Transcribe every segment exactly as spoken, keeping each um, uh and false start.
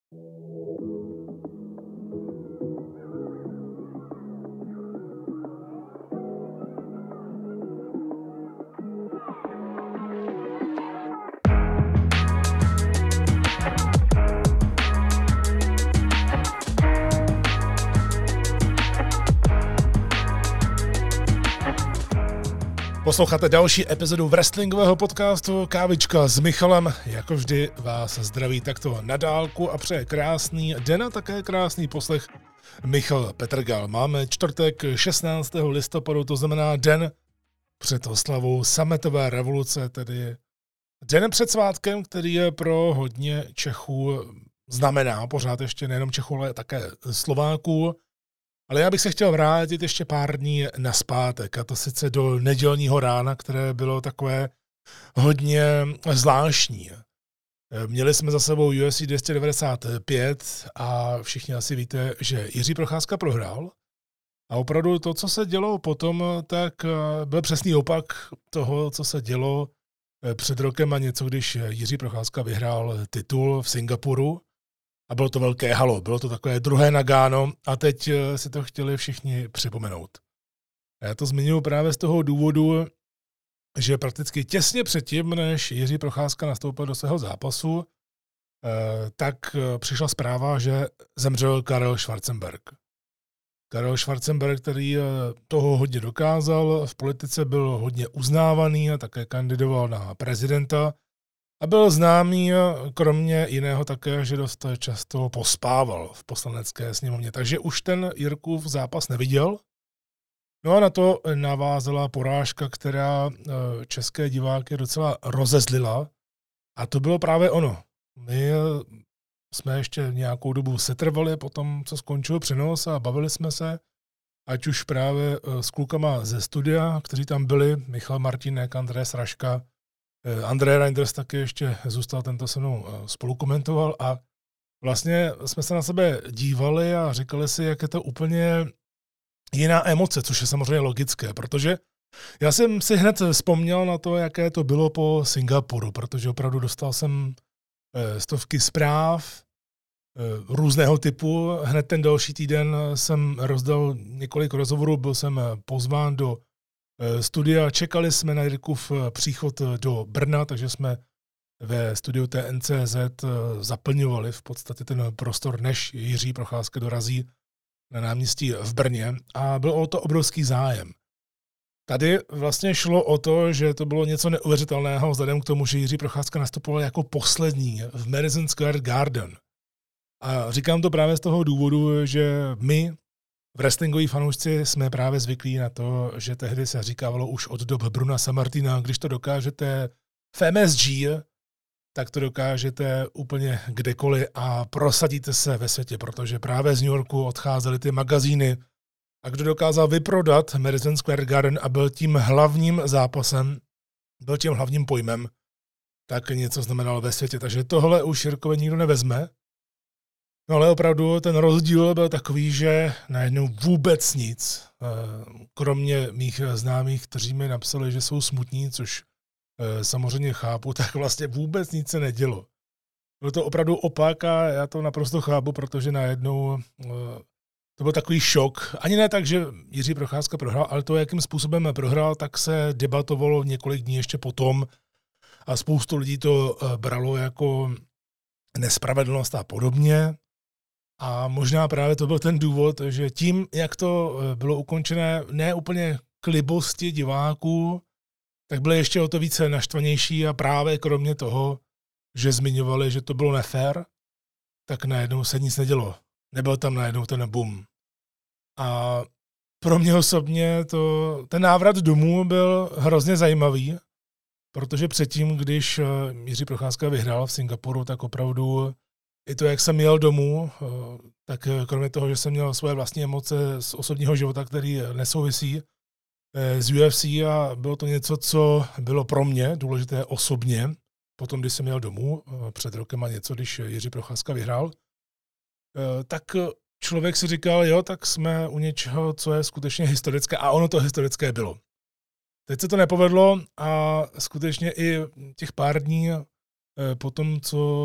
Posloucháte další epizodu wrestlingového podcastu Kávička s Michalem. Jako vždy vás zdraví takto na dálku a přeje krásný den a také krásný poslech Michal Petrgal. Máme čtvrtek šestnáctého listopadu, to znamená den před oslavou sametové revoluce, tedy den před svátkem, který je pro hodně Čechů znamená, pořád ještě nejenom Čechů, ale také Slováků. Ale já bych se chtěl vrátit ještě pár dní nazpátek, a to sice do nedělního rána, které bylo takové hodně zvláštní. Měli jsme za sebou U F C dvě stě devadesát pět a všichni asi víte, že Jiří Procházka prohrál. A opravdu to, co se dělo potom, tak byl přesný opak toho, co se dělo před rokem a něco, když Jiří Procházka vyhrál titul v Singapuru. A bylo to velké halo, bylo to takové druhé Nagano a teď si to chtěli všichni připomenout. A já to zmiňuji právě z toho důvodu, že prakticky těsně předtím, než Jiří Procházka nastoupil do svého zápasu, tak přišla zpráva, že zemřel Karel Schwarzenberg. Karel Schwarzenberg, který toho hodně dokázal, v politice byl hodně uznávaný a také kandidoval na prezidenta, a byl známý kromě jiného také, že dost často pospával v poslanecké sněmovně. Takže už ten Jirkův zápas neviděl. No a na to navázala porážka, která české diváky docela rozezlila. A to bylo právě ono. My jsme ještě nějakou dobu setrvali po tom, co skončil přenos a bavili jsme se, ať už právě s klukama ze studia, kteří tam byli, Michal Martínek, Andrés Raška, Andrej Reinders taky ještě zůstal, tento se mnou spolukomentoval a vlastně jsme se na sebe dívali a říkali si, jak je to úplně jiná emoce, což je samozřejmě logické, protože já jsem si hned vzpomněl na to, jaké to bylo po Singapuru, protože opravdu dostal jsem stovky zpráv různého typu. Hned ten další týden jsem rozdal několik rozhovorů, byl jsem pozván do studia, čekali jsme na Jirkův příchod do Brna, takže jsme ve studiu T N C Z zaplňovali v podstatě ten prostor, než Jiří Procházka dorazí na náměstí v Brně a byl o to obrovský zájem. Tady vlastně šlo o to, že to bylo něco neuvěřitelného vzhledem k tomu, že Jiří Procházka nastupoval jako poslední v Madison Square Garden. A říkám to právě z toho důvodu, že my wrestlingoví fanoušci jsme právě zvyklí na to, že tehdy se říkávalo už od dob Bruna Sammartina, když to dokážete v M S G, tak to dokážete úplně kdekoliv a prosadíte se ve světě, protože právě z New Yorku odcházely ty magazíny a kdo dokázal vyprodat Madison Square Garden a byl tím hlavním zápasem, byl tím hlavním pojmem, tak něco znamenalo ve světě. Takže tohle už Jirkovi nikdo nevezme. No ale opravdu ten rozdíl byl takový, že najednou vůbec nic, kromě mých známých, kteří mi napsali, že jsou smutní, což samozřejmě chápu, tak vlastně vůbec nic se nedělo. Bylo to opravdu opak a já to naprosto chápu, protože najednou to byl takový šok. Ani ne tak, že Jiří Procházka prohrál, ale to, jakým způsobem prohrál, tak se debatovalo několik dní ještě potom a spoustu lidí to bralo jako nespravedlnost a podobně. A možná právě to byl ten důvod, že tím, jak to bylo ukončené ne úplně k libosti diváků, tak byly ještě o to více naštvanější a právě kromě toho, že zmiňovali, že to bylo nefér, tak najednou se nic nedělo. Nebyl tam najednou ten boom. A pro mě osobně to, ten návrat domů byl hrozně zajímavý, protože předtím, když Jiří Procházka vyhrál v Singapuru, tak opravdu i to, jak jsem jel domů, tak kromě toho, že jsem měl svoje vlastní emoce z osobního života, který nesouvisí z U F C a bylo to něco, co bylo pro mě důležité osobně, potom, když jsem jel domů před rokem a něco, když Jiří Procházka vyhrál, tak člověk si říkal, jo, tak jsme u něčeho, co je skutečně historické a ono to historické bylo. Teď se to nepovedlo a skutečně i těch pár dní po tom, co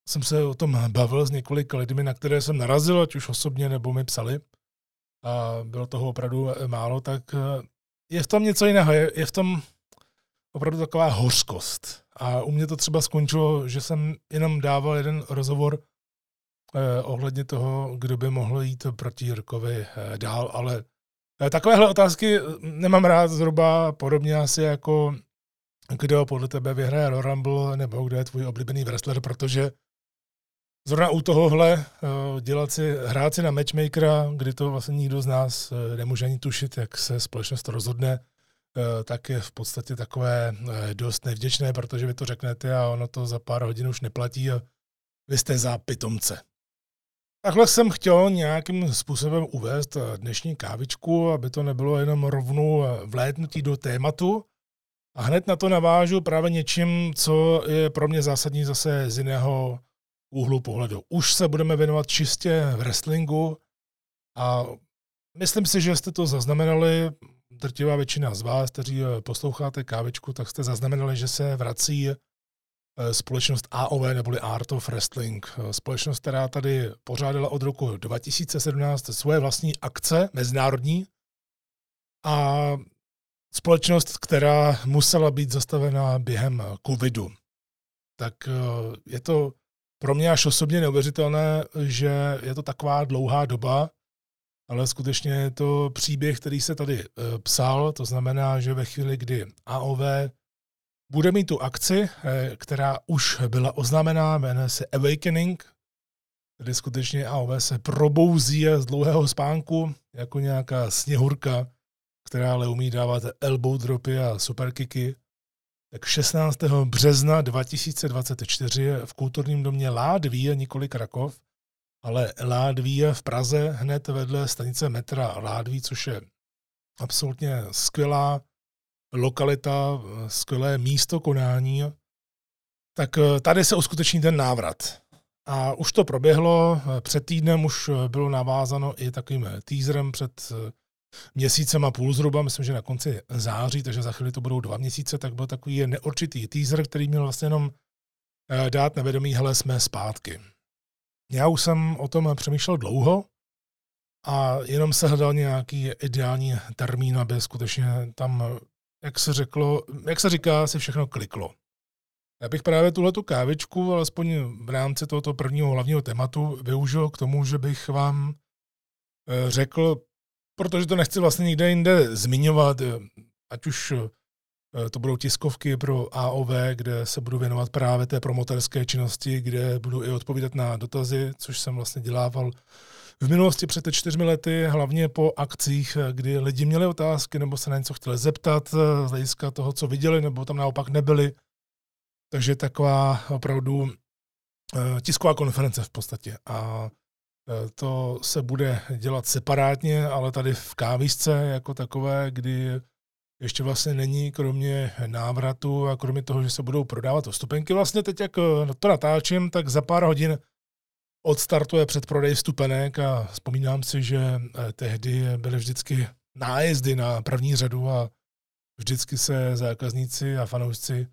jsem se o tom bavil s několika lidmi, na které jsem narazil, ať už osobně, nebo mi psali, a bylo toho opravdu málo, tak je v tom něco jiného. Je, je v tom opravdu taková hořkost. A u mě to třeba skončilo, že jsem jenom dával jeden rozhovor eh, ohledně toho, kdo by mohl jít proti Jirkovi eh, dál, ale eh, takovéhle otázky nemám rád, zhruba podobně asi jako kdo podle tebe vyhraje Royal Rumble, nebo kdo je tvůj oblíbený wrestler, protože zrovna u tohohle dělat si, hrát si na matchmakera, kdy to vlastně nikdo z nás nemůže ani tušit, jak se společnost rozhodne, tak je v podstatě takové dost nevděčné, protože vy to řeknete a ono to za pár hodin už neplatí a vy jste za pitomce. Takhle jsem chtěl nějakým způsobem uvést dnešní kávičku, aby to nebylo jenom rovnou vlétnutí do tématu. A hned na to navážu právě něčím, co je pro mě zásadní zase z jiného úhlu pohledu. Už se budeme věnovat čistě wrestlingu a myslím si, že jste to zaznamenali, drtivá většina z vás, kteří posloucháte kávičku, tak jste zaznamenali, že se vrací společnost A O V neboli Art of Wrestling. Společnost, která tady pořádala od roku dva tisíce sedmnáct svoje vlastní akce mezinárodní a společnost, která musela být zastavena během covidu. Tak je to pro mě až osobně neuvěřitelné, že je to taková dlouhá doba, ale skutečně je to příběh, který se tady psal, to znamená, že ve chvíli, kdy A O V bude mít tu akci, která už byla oznámená, jmenuje se Awakening, kdy skutečně A O V se probouzí z dlouhého spánku jako nějaká sněhurka, která ale umí dávat elbow dropy a superkicky. Tak šestnáctého března dva tisíce dvacet čtyři v kulturním domě Ládví, nikoli Krakov, ale Ládví v Praze, hned vedle stanice metra Ládví, což je absolutně skvělá lokalita, skvělé místo konání. Tak tady se uskuteční ten návrat. A už to proběhlo, před týdnem už bylo navázáno i takovým teaserem před měsícem a půl zhruba, myslím, že na konci září, takže za chvíli to budou dva měsíce, tak byl takový neurčitý teaser, který měl vlastně jenom dát na vědomí, hele, jsme zpátky. Já už jsem o tom přemýšlel dlouho a jenom se hledal nějaký ideální termín, aby skutečně tam, jak se řeklo, jak se říká, si všechno kliklo. Já bych právě tuhletu kávičku, alespoň v rámci tohoto prvního hlavního tématu, využil k tomu, že bych vám řekl, protože to nechci vlastně nikde jinde zmiňovat, ať už to budou tiskovky pro A O V, kde se budu věnovat právě té promoterské činnosti, kde budu i odpovídat na dotazy, což jsem vlastně dělával v minulosti před čtyřmi lety, hlavně po akcích, kdy lidi měli otázky nebo se na něco chtěli zeptat z hlediska toho, co viděli, nebo tam naopak nebyli. Takže taková opravdu tisková konference v podstatě. A to se bude dělat separátně, ale tady v kávisce jako takové, kdy ještě vlastně není kromě návratu a kromě toho, že se budou prodávat vstupenky. Vlastně teď, jak to natáčím, tak za pár hodin odstartuje předprodej vstupenek a vzpomínám si, že tehdy byly vždycky nájezdy na první řadu a vždycky se zákazníci a fanoušci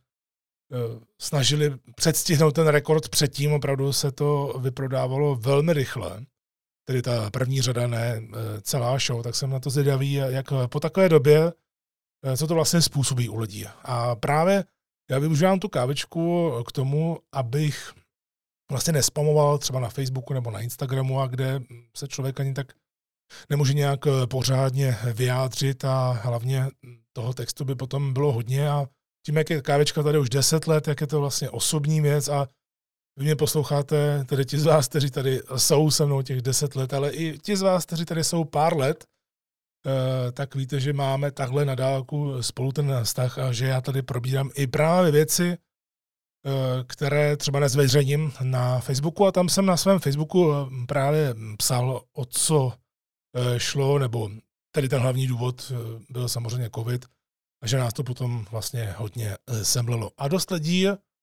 snažili předstihnout ten rekord předtím, opravdu se to vyprodávalo velmi rychle, tedy ta první řada, ne celá show, tak jsem na to zvědavý, jak po takové době, co to vlastně způsobí u lidí. A právě já využívám tu kávičku k tomu, abych vlastně nespamoval třeba na Facebooku nebo na Instagramu, a kde se člověk ani tak nemůže nějak pořádně vyjádřit a hlavně toho textu by potom bylo hodně a tím, jak je kávička tady už deset let, jak je to vlastně osobní věc a vy mě posloucháte, tedy ti z vás, kteří tady jsou se mnou těch deset let, ale i ti z vás, kteří tady jsou pár let, tak víte, že máme takhle na dálku spolu ten vztah a že já tady probírám i právě věci, které třeba nezveřejním na Facebooku a tam jsem na svém Facebooku právě psal, o co šlo, nebo tedy ten hlavní důvod byl samozřejmě covid, a že nás to potom vlastně hodně semlelo. A dost lidí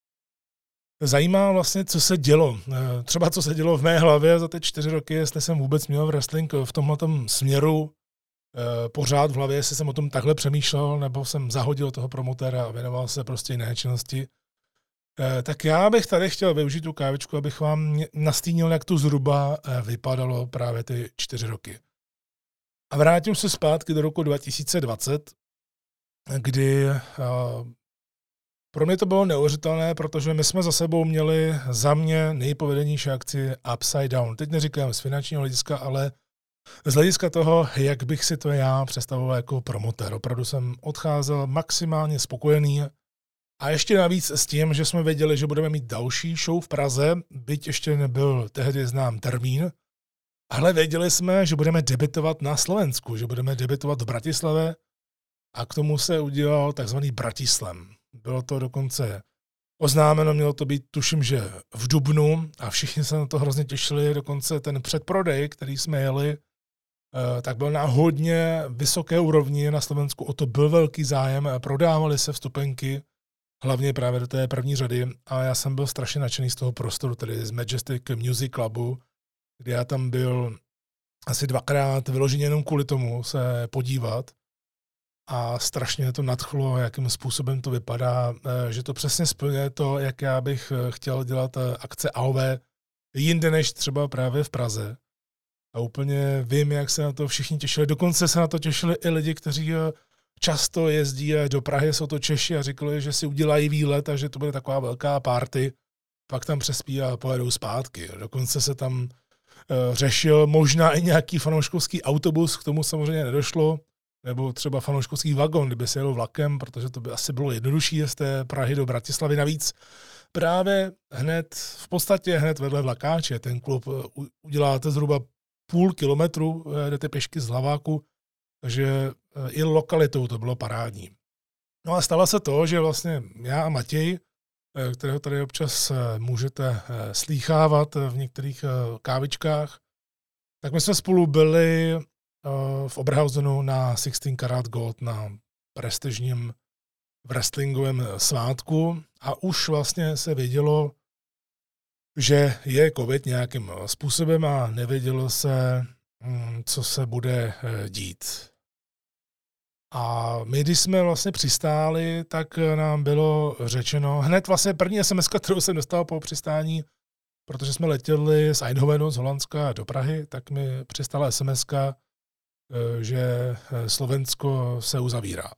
zajímá vlastně, co se dělo. Třeba co se dělo v mé hlavě za ty čtyři roky, jestli jsem vůbec měl wrestling v tomhletom směru pořád v hlavě, jestli jsem o tom takhle přemýšlel, nebo jsem zahodil toho promotéra a věnoval se prostě jiné činnosti. Tak já bych tady chtěl využít tu kávičku, abych vám nastínil, jak to zhruba vypadalo právě ty čtyři roky. A vrátím se zpátky do roku dva tisíce dvacet, kdy pro mě to bylo neuvěřitelné, protože my jsme za sebou měli za mě nejpovedenější akci Upside Down. Teď neříkám z finančního hlediska, ale z hlediska toho, jak bych si to já představoval jako promotér. Opravdu jsem odcházel maximálně spokojený a ještě navíc s tím, že jsme věděli, že budeme mít další show v Praze, byť ještě nebyl tehdy znám termín, ale věděli jsme, že budeme debitovat na Slovensku, že budeme debitovat v Bratislavě a k tomu se udělal takzvaný Bratislam. Bylo to dokonce oznámeno, mělo to být, tuším, že v dubnu a všichni se na to hrozně těšili, dokonce ten předprodej, který jsme jeli, tak byl na hodně vysoké úrovni na Slovensku, o to byl velký zájem, prodávali se vstupenky, hlavně právě do té první řady a já jsem byl strašně nadšený z toho prostoru, tedy z Majestic Music Clubu, kde já tam byl asi dvakrát vyloženě jenom kvůli tomu se podívat a strašně to nadchlo, jakým způsobem to vypadá, že to přesně splňuje to, jak já bych chtěl dělat akce A O V jinde než třeba právě v Praze. A úplně vím, jak se na to všichni těšili. Dokonce se na to těšili i lidi, kteří často jezdí do Prahy, jsou to Češi a říkali, že si udělají výlet a že to bude taková velká party, pak tam přespí a pojedou zpátky. Dokonce se tam uh, řešil možná i nějaký fanouškovský autobus, k tomu samozřejmě nedošlo, nebo třeba fanouškovský vagon, kdyby se jelo vlakem, protože to by asi bylo jednodušší z té Prahy do Bratislavy. Navíc právě hned, v podstatě hned vedle Vlakáče, ten klub uděláte zhruba půl kilometru, jdete pěšky z Hlaváku, takže i lokalitou to bylo parádní. No a stalo se to, že vlastně já a Matěj, kterého tady občas můžete slýchávat v některých kávičkách, tak my jsme spolu byli v Oberhausenu na šestnáct karat gold, na prestižním wrestlingovém svátku a už vlastně se vědělo, že je covid nějakým způsobem a nevědělo se, co se bude dít. A my, když jsme vlastně přistáli, tak nám bylo řečeno, hned vlastně první es em es, kterou jsem dostal po přistání, protože jsme letěli z Eindhovenu, z Holandska do Prahy, tak mi přistala es em es, že Slovensko se uzavírá.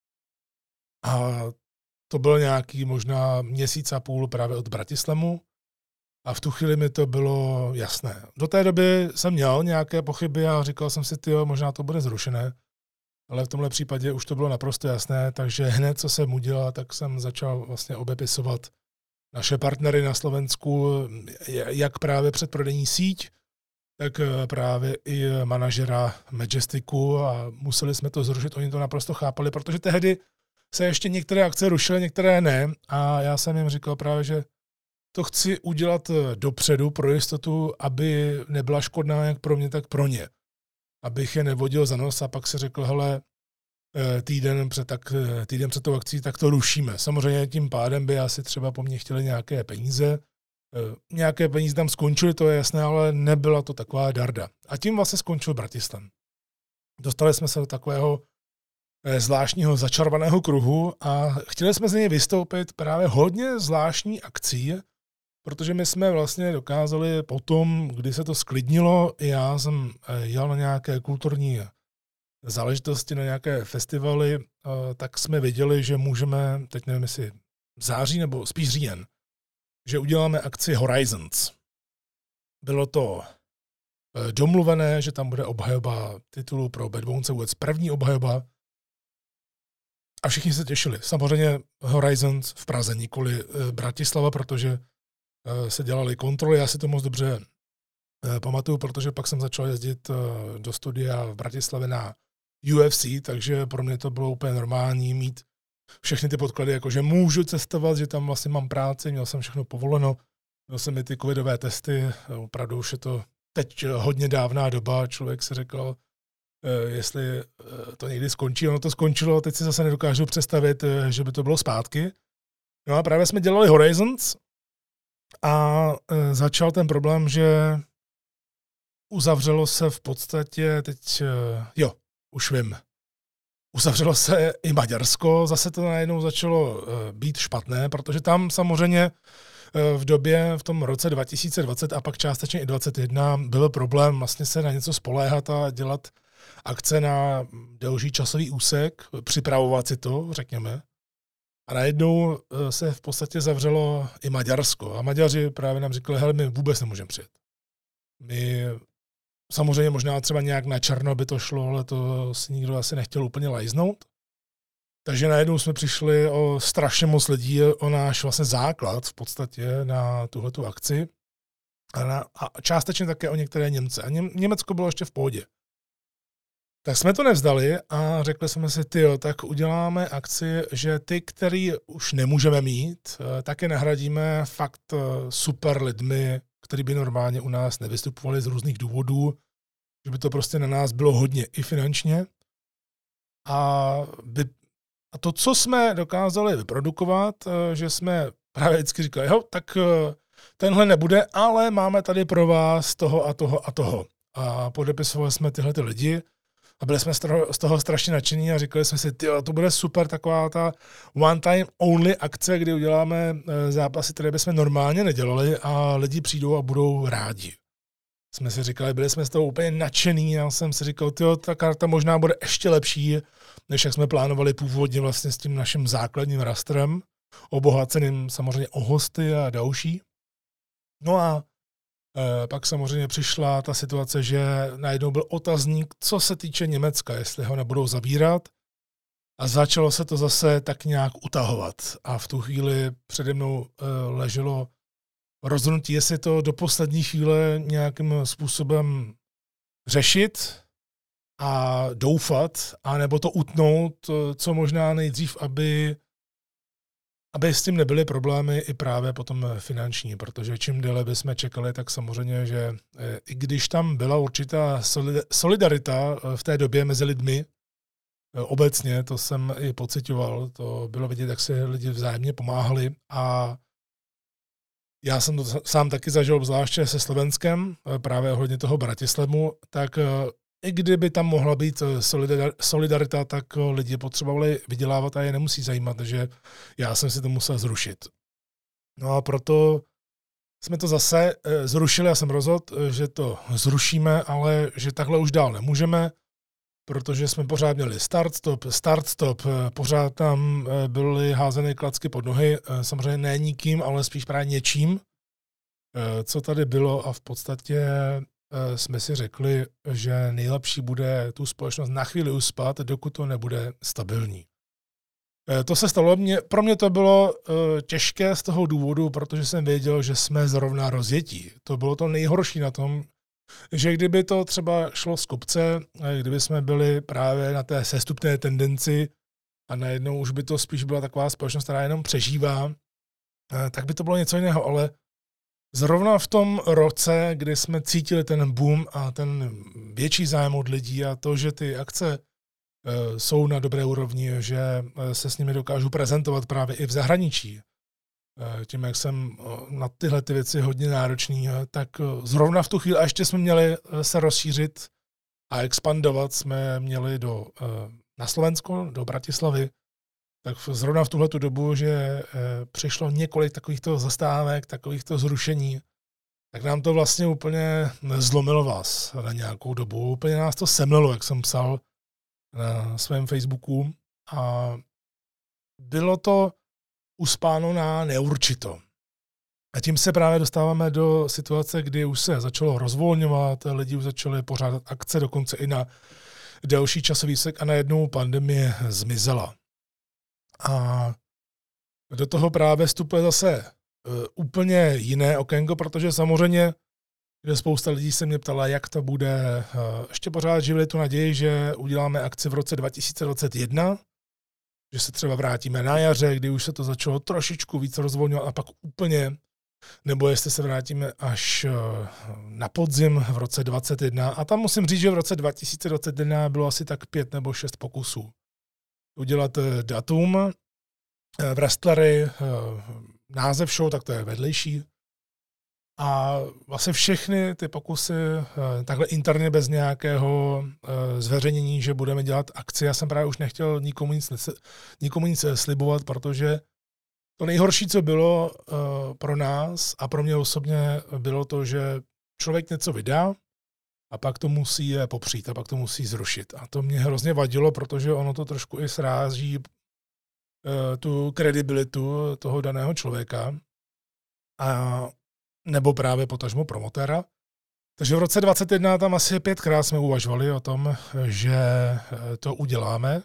A to byl nějaký možná měsíc a půl právě od Bratislavu a v tu chvíli mi to bylo jasné. Do té doby jsem měl nějaké pochyby a říkal jsem si, tyjo, možná to bude zrušené, ale v tomhle případě už to bylo naprosto jasné, takže hned, co jsem udělal, tak jsem začal vlastně obepisovat naše partnery na Slovensku, jak právě předprodejní síť, tak právě i manažera Majesticu a museli jsme to zrušit, oni to naprosto chápali, protože tehdy se ještě některé akce rušily, některé ne a já jsem jim říkal právě, že to chci udělat dopředu pro jistotu, aby nebyla škodná jak pro mě, tak pro ně. Abych je nevodil za nos a pak si řekl, hele, týden před, tak, týden před tou akcí, tak to rušíme. Samozřejmě tím pádem by asi třeba po mně chtěli nějaké peníze. Nějaké peníze tam skončily, to je jasné, ale nebyla to taková darda. A tím vlastně skončil Bratislav. Dostali jsme se do takového zvláštního začarovaného kruhu a chtěli jsme z něj vystoupit právě hodně zvláštní akcí, protože my jsme vlastně dokázali potom, kdy se to sklidnilo, já jsem jel na nějaké kulturní záležitosti, na nějaké festivaly, tak jsme věděli, že můžeme, teď nevím jestli v září nebo spíš říjen, že uděláme akci Horizons. Bylo to domluvené, že tam bude obhajoba titulu pro Bad Bones, vůbec první obhajoba. A všichni se těšili. Samozřejmě Horizons v Praze, nikoli Bratislava, protože se dělaly kontroly. Já si to moc dobře pamatuju, protože pak jsem začal jezdit do studia v Bratislavě na U F C, takže pro mě to bylo úplně normální mít všechny ty podklady, jakože můžu cestovat, že tam vlastně mám práci, měl jsem všechno povoleno, měl jsem i ty covidové testy, opravdu už je to teď hodně dávná doba, člověk si řekl, jestli to někdy skončí, ono to skončilo, teď si zase nedokážu představit, že by to bylo zpátky. No a právě jsme dělali Horizons a začal ten problém, že uzavřelo se v podstatě teď, jo, už vím, uzavřelo se i Maďarsko, zase to najednou začalo být špatné, protože tam samozřejmě v době, v tom roce dva tisíce dvacet a pak částečně i dvacet jedna byl problém vlastně se na něco spoléhat a dělat akce na delší časový úsek, připravovat si to, řekněme. A najednou se v podstatě zavřelo i Maďarsko. A Maďaři právě nám říkali, hele, my vůbec nemůžeme přijet. My samozřejmě možná třeba nějak na černo by to šlo, ale to si nikdo asi nechtěl úplně lajznout. Takže najednou jsme přišli o strašně moc lidí, o náš vlastně základ v podstatě na tuhletu akci. A, na, a částečně také o některé Němce. A Ně, Německo bylo ještě v pohodě. Tak jsme to nevzdali a řekli jsme si, tyjo, tak uděláme akci, že ty, který už nemůžeme mít, tak je nahradíme fakt super lidmi, kteří by normálně u nás nevystupovali z různých důvodů, že by to prostě na nás bylo hodně i finančně. A, by, a to, co jsme dokázali vyprodukovat, že jsme právě vždycky říkali, jo, tak tenhle nebude, ale máme tady pro vás toho a toho a toho. A podepisovali jsme tyhle ty lidi a byli jsme z toho strašně nadšení a říkali jsme si, tyjo, to bude super taková ta one time only akce, kdy uděláme zápasy, které bychom normálně nedělali a lidi přijdou a budou rádi. Jsme si říkali, byli jsme z toho úplně nadšený, já jsem si říkal, tyjo, ta karta možná bude ještě lepší, než jak jsme plánovali původně vlastně s tím naším základním rastrem, obohaceným samozřejmě o hosty a další. No a e, pak samozřejmě přišla ta situace, že najednou byl otazník, co se týče Německa, jestli ho nebudou zavírat. A začalo se to zase tak nějak utahovat. A v tu chvíli přede mnou e, leželo rozhodnutí, jestli to do poslední chvíle nějakým způsobem řešit a doufat, anebo to utnout, co možná nejdřív, aby aby s tím nebyly problémy i právě potom finanční, protože čím déle bychom čekali, tak samozřejmě, že i když tam byla určitá solidarita v té době mezi lidmi, obecně, to jsem i pocitoval, to bylo vidět, jak se lidi vzájemně pomáhali a já jsem to sám taky zažil, zvláště se Slovenskem, právě ohledně toho Bratislavu, tak i kdyby tam mohla být solidarita, tak lidi potřebovali vydělávat a je nemusí zajímat, že já jsem si to musel zrušit. No a proto jsme to zase zrušili, já jsem rozhodl, že to zrušíme, ale že takhle už dál nemůžeme, protože jsme pořád měli start, stop, start, stop, pořád tam byly házeny klacky pod nohy, samozřejmě ne nikým, ale spíš právě něčím, co tady bylo a v podstatě jsme si řekli, že nejlepší bude tu společnost na chvíli uspat, dokud to nebude stabilní. To se stalo, mě, pro mě to bylo těžké z toho důvodu, protože jsem věděl, že jsme zrovna rozjetí. To bylo to nejhorší na tom, že kdyby to třeba šlo z kopce, kdyby jsme byli právě na té sestupné tendenci a najednou už by to spíš byla taková společnost, která jenom přežívá, tak by to bylo něco jiného, ale zrovna v tom roce, kdy jsme cítili ten boom a ten větší zájem od lidí a to, že ty akce e, jsou na dobré úrovni, že se s nimi dokážu prezentovat právě i v zahraničí, e, tím, jak jsem na tyhle ty věci hodně náročný, tak zrovna v tu chvíli, a ještě jsme měli se rozšířit a expandovat, jsme měli do, e, na Slovensko, do Bratislavy, tak zrovna v tuhletu dobu, že e, přišlo několik takovýchto zastávek, takovýchto zrušení, tak nám to vlastně úplně zlomilo vás na nějakou dobu. Úplně nás to semlelo, jak jsem psal na svém Facebooku. A bylo to uspáno na neurčito. A tím se právě dostáváme do situace, kdy už se začalo rozvolňovat, lidi už začali pořádat akce, dokonce i na delší časový sek a najednou pandemie zmizela. A do toho právě vstupuje zase uh, úplně jiné okénko, protože samozřejmě kde spousta lidí se mě ptala, jak to bude. Uh, ještě pořád živili tu naději, že uděláme akci v roce dva tisíce dvacet jedna, že se třeba vrátíme na jaře, kdy už se to začalo trošičku víc rozvolňovat a pak úplně, nebo jestli se vrátíme až uh, na podzim v roce dvacet jedna. A tam musím říct, že v roce dva tisíce dvacet jedna bylo asi tak pět nebo šest pokusů udělat datum, wrestlery, název show, tak to je vedlejší. A vlastně všechny ty pokusy takhle interně bez nějakého zveřejnění, že budeme dělat akci, já jsem právě už nechtěl nikomu nic, nikomu nic slibovat, protože to nejhorší, co bylo pro nás a pro mě osobně, bylo to, že člověk něco vydá a pak to musí popřít a pak to musí zrušit. A to mě hrozně vadilo, protože ono to trošku i sráží tu kredibilitu toho daného člověka. A nebo právě potažmo promotéra. Takže v roce dvacet jedna tam asi pětkrát jsme uvažovali o tom, že to uděláme.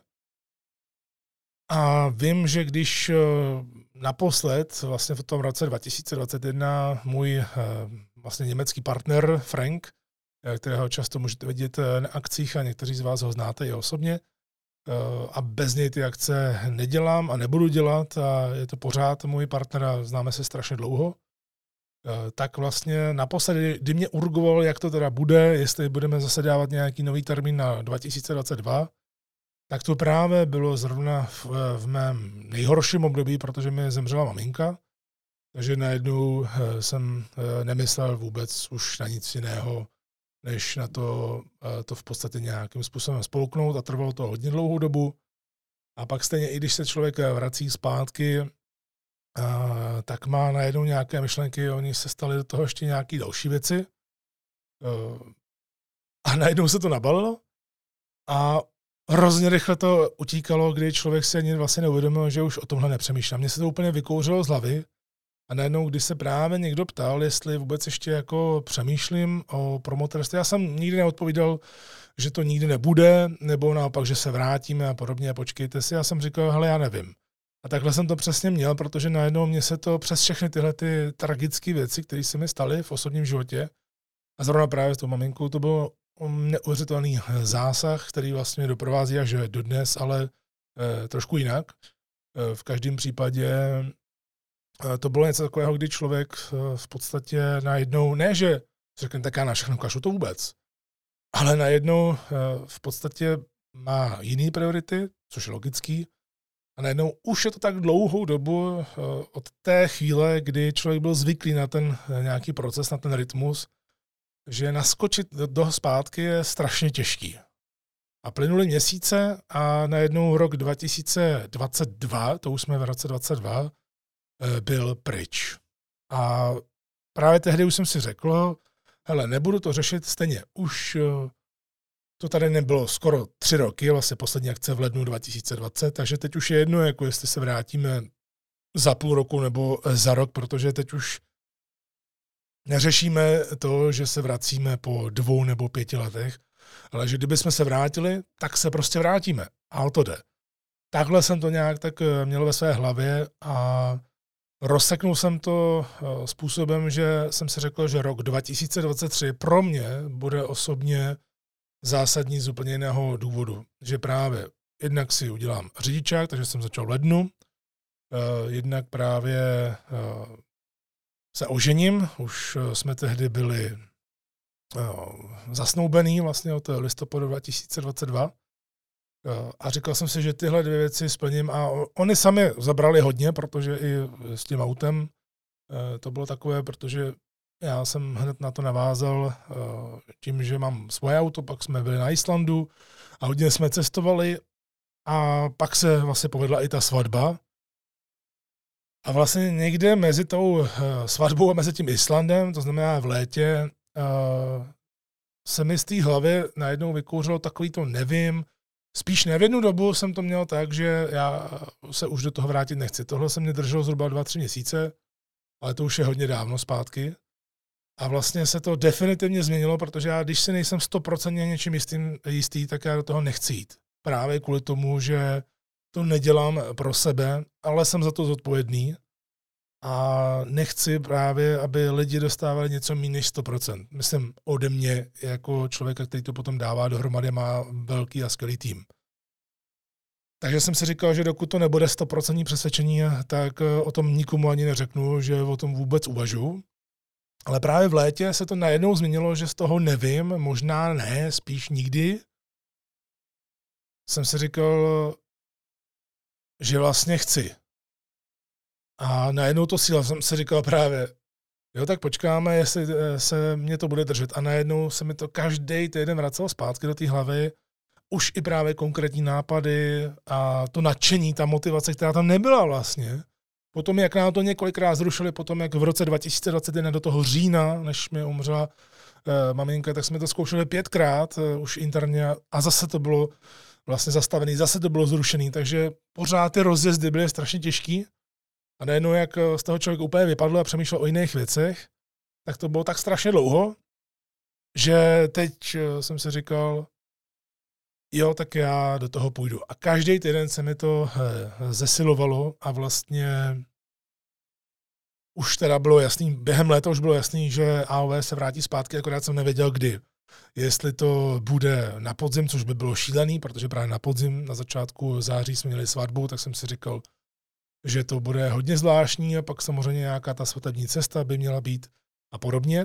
A vím, že když naposled, vlastně v tom roce dva tisíce dvacet jedna, můj vlastně německý partner Frank, kterého často můžete vidět na akcích a někteří z vás ho znáte i osobně, a bez něj ty akce nedělám a nebudu dělat a je to pořád můj partner a známe se strašně dlouho, tak vlastně naposledy, kdy mě urgoval, jak to teda bude, jestli budeme zase dávat nějaký nový termín na dva tisíce dvacet dva, tak to právě bylo zrovna v, v mém nejhorším období, protože mi zemřela maminka, takže najednou jsem nemyslel vůbec už na nic jiného, než na to, to v podstatě nějakým způsobem spolknout a trvalo to hodně dlouhou dobu. A pak stejně, i když se člověk vrací zpátky, Uh, tak má najednou nějaké myšlenky, oni se staly do toho ještě nějaké další věci. Uh, a najednou se to nabalilo a hrozně rychle to utíkalo, kdy člověk si ani vlastně neuvědomil, že už o tomhle nepřemýšlá. Mně se to úplně vykouřilo z hlavy a najednou, když se právě někdo ptal, jestli vůbec ještě jako přemýšlím o promotérství, já jsem nikdy neodpovídal, že to nikdy nebude, nebo naopak, že se vrátíme a podobně, počkejte si. Já jsem říkal, hele, já nevím. A takhle jsem to přesně měl, protože najednou mě se to přes všechny tyhle ty tragické věci, které se mi staly v osobním životě, a zrovna právě s tou maminkou, to byl neuvěřitelný zásah, který vlastně mě doprovází až dodnes, ale eh, trošku jinak. Eh, v každém případě eh, to bylo něco takového, kdy člověk eh, v podstatě najednou, ne že řekne, tak já na všechno kašu, to vůbec, ale najednou eh, v podstatě má jiný priority, což je logický. A najednou už je to tak dlouhou dobu od té chvíle, kdy člověk byl zvyklý na ten nějaký proces, na ten rytmus, že naskočit do zpátky je strašně těžký. A plynuly měsíce a najednou rok dva tisíce dvacet dva, to už jsme v roce dvacet dva, byl pryč. A právě tehdy už jsem si řekl, hele, nebudu to řešit stejně. Už to tady nebylo skoro tři roky, vlastně poslední akce v lednu dva tisíce dvacet, takže teď už je jedno, jako jestli se vrátíme za půl roku nebo za rok, protože teď už neřešíme to, že se vracíme po dvou nebo pěti letech, ale že kdybychom se vrátili, tak se prostě vrátíme. A to jde. Takhle jsem to nějak tak měl ve své hlavě a rozseknul jsem to způsobem, že jsem si řekl, že rok dva tisíce dvacet tři pro mě bude osobně zásadní z úplně jiného důvodu, že právě jednak si udělám řidičák, takže jsem začal v lednu, jednak právě se ožením, už jsme tehdy byli zasnoubení vlastně od listopadu dva tisíce dvacet dva a říkal jsem si, že tyhle dvě věci splním a oni sami zabrali hodně, protože i s tím autem to bylo takové, protože já jsem hned na to navázal tím, že mám svoje auto, pak jsme byli na Islandu a hodně jsme cestovali a pak se vlastně povedla i ta svatba. A vlastně někde mezi tou svatbou a mezi tím Islandem, to znamená v létě, se mi z té hlavy najednou vykouřilo takový to nevím. Spíš ne v jednu dobu jsem to měl tak, že já se už do toho vrátit nechci. Tohle se mě drželo zhruba dva, tři měsíce, ale to už je hodně dávno zpátky. A vlastně se to definitivně změnilo, protože já, když si nejsem stoprocentně něčím jistým, jistý, tak já do toho nechci jít. Právě kvůli tomu, že to nedělám pro sebe, ale jsem za to zodpovědný a nechci právě, aby lidi dostávali něco méně než sto procent. Myslím ode mě, jako člověka, který to potom dává dohromady, má velký a skvělý tým. Takže jsem si říkal, že dokud to nebude sto procent přesvědčení, tak o tom nikomu ani neřeknu, že o tom vůbec uvažuji. Ale právě v létě se to najednou změnilo, že z toho nevím, možná ne, spíš nikdy. Jsem si říkal, že vlastně chci. A najednou to síla, jsem si říkal právě, Jo, tak počkáme, jestli se mě to bude držet. A najednou se mi to každý týden vracelo zpátky do té hlavy. Už i právě konkrétní nápady a to nadšení, ta motivace, která tam nebyla vlastně. Potom, jak nám to několikrát zrušili, potom, jak v roce dva tisíce dvacet jedna do toho října, než mi umřela eh, maminka, tak jsme to zkoušeli pětkrát eh, už interně a zase to bylo vlastně zastavený, zase to bylo zrušený, takže pořád ty rozjezdy byly strašně těžký. A najednou, jak z toho člověk úplně vypadl a přemýšlel o jiných věcech, tak to bylo tak strašně dlouho, že teď jsem si říkal, jo, tak já do toho půjdu. A každý týden se mi to zesilovalo a vlastně už teda bylo jasný, během léta už bylo jasný, že A O V se vrátí zpátky, akorát jsem nevěděl kdy. Jestli to bude na podzim, což by bylo šílený, protože právě na podzim, na začátku září jsme měli svatbu, tak jsem si říkal, že to bude hodně zvláštní a pak samozřejmě nějaká ta svatební cesta by měla být a podobně.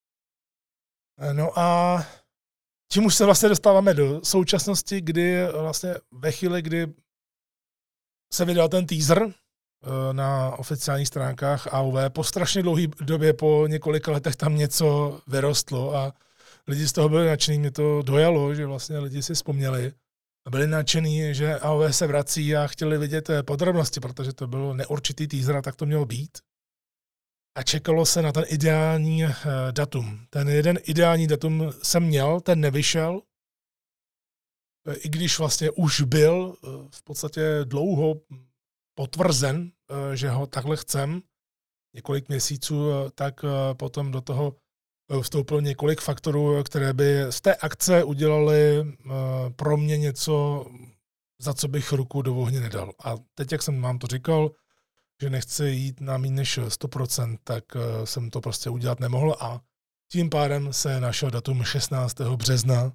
No a tím už se vlastně dostáváme do současnosti, kdy vlastně ve chvíli, kdy se vydal ten teaser na oficiálních stránkách A O V, po strašně dlouhé době, po několika letech tam něco vyrostlo a lidi z toho byli nadšení, mě to dojalo, že vlastně lidi si vzpomněli a byli nadšení, že A O V se vrací a chtěli vidět podrobnosti, protože to bylo neurčitý teaser a tak to mělo být. A čekalo se na ten ideální datum. Ten jeden ideální datum jsem měl, ten nevyšel, i když vlastně už byl v podstatě dlouho potvrzen, že ho takhle chcem, několik měsíců, tak potom do toho vstoupilo několik faktorů, které by z té akce udělaly pro mě něco, za co bych ruku do ohně nedal. A teď, jak jsem vám to říkal, že nechci jít na méně než sto procent, tak jsem to prostě udělat nemohl a tím pádem se našel datum šestnáctého března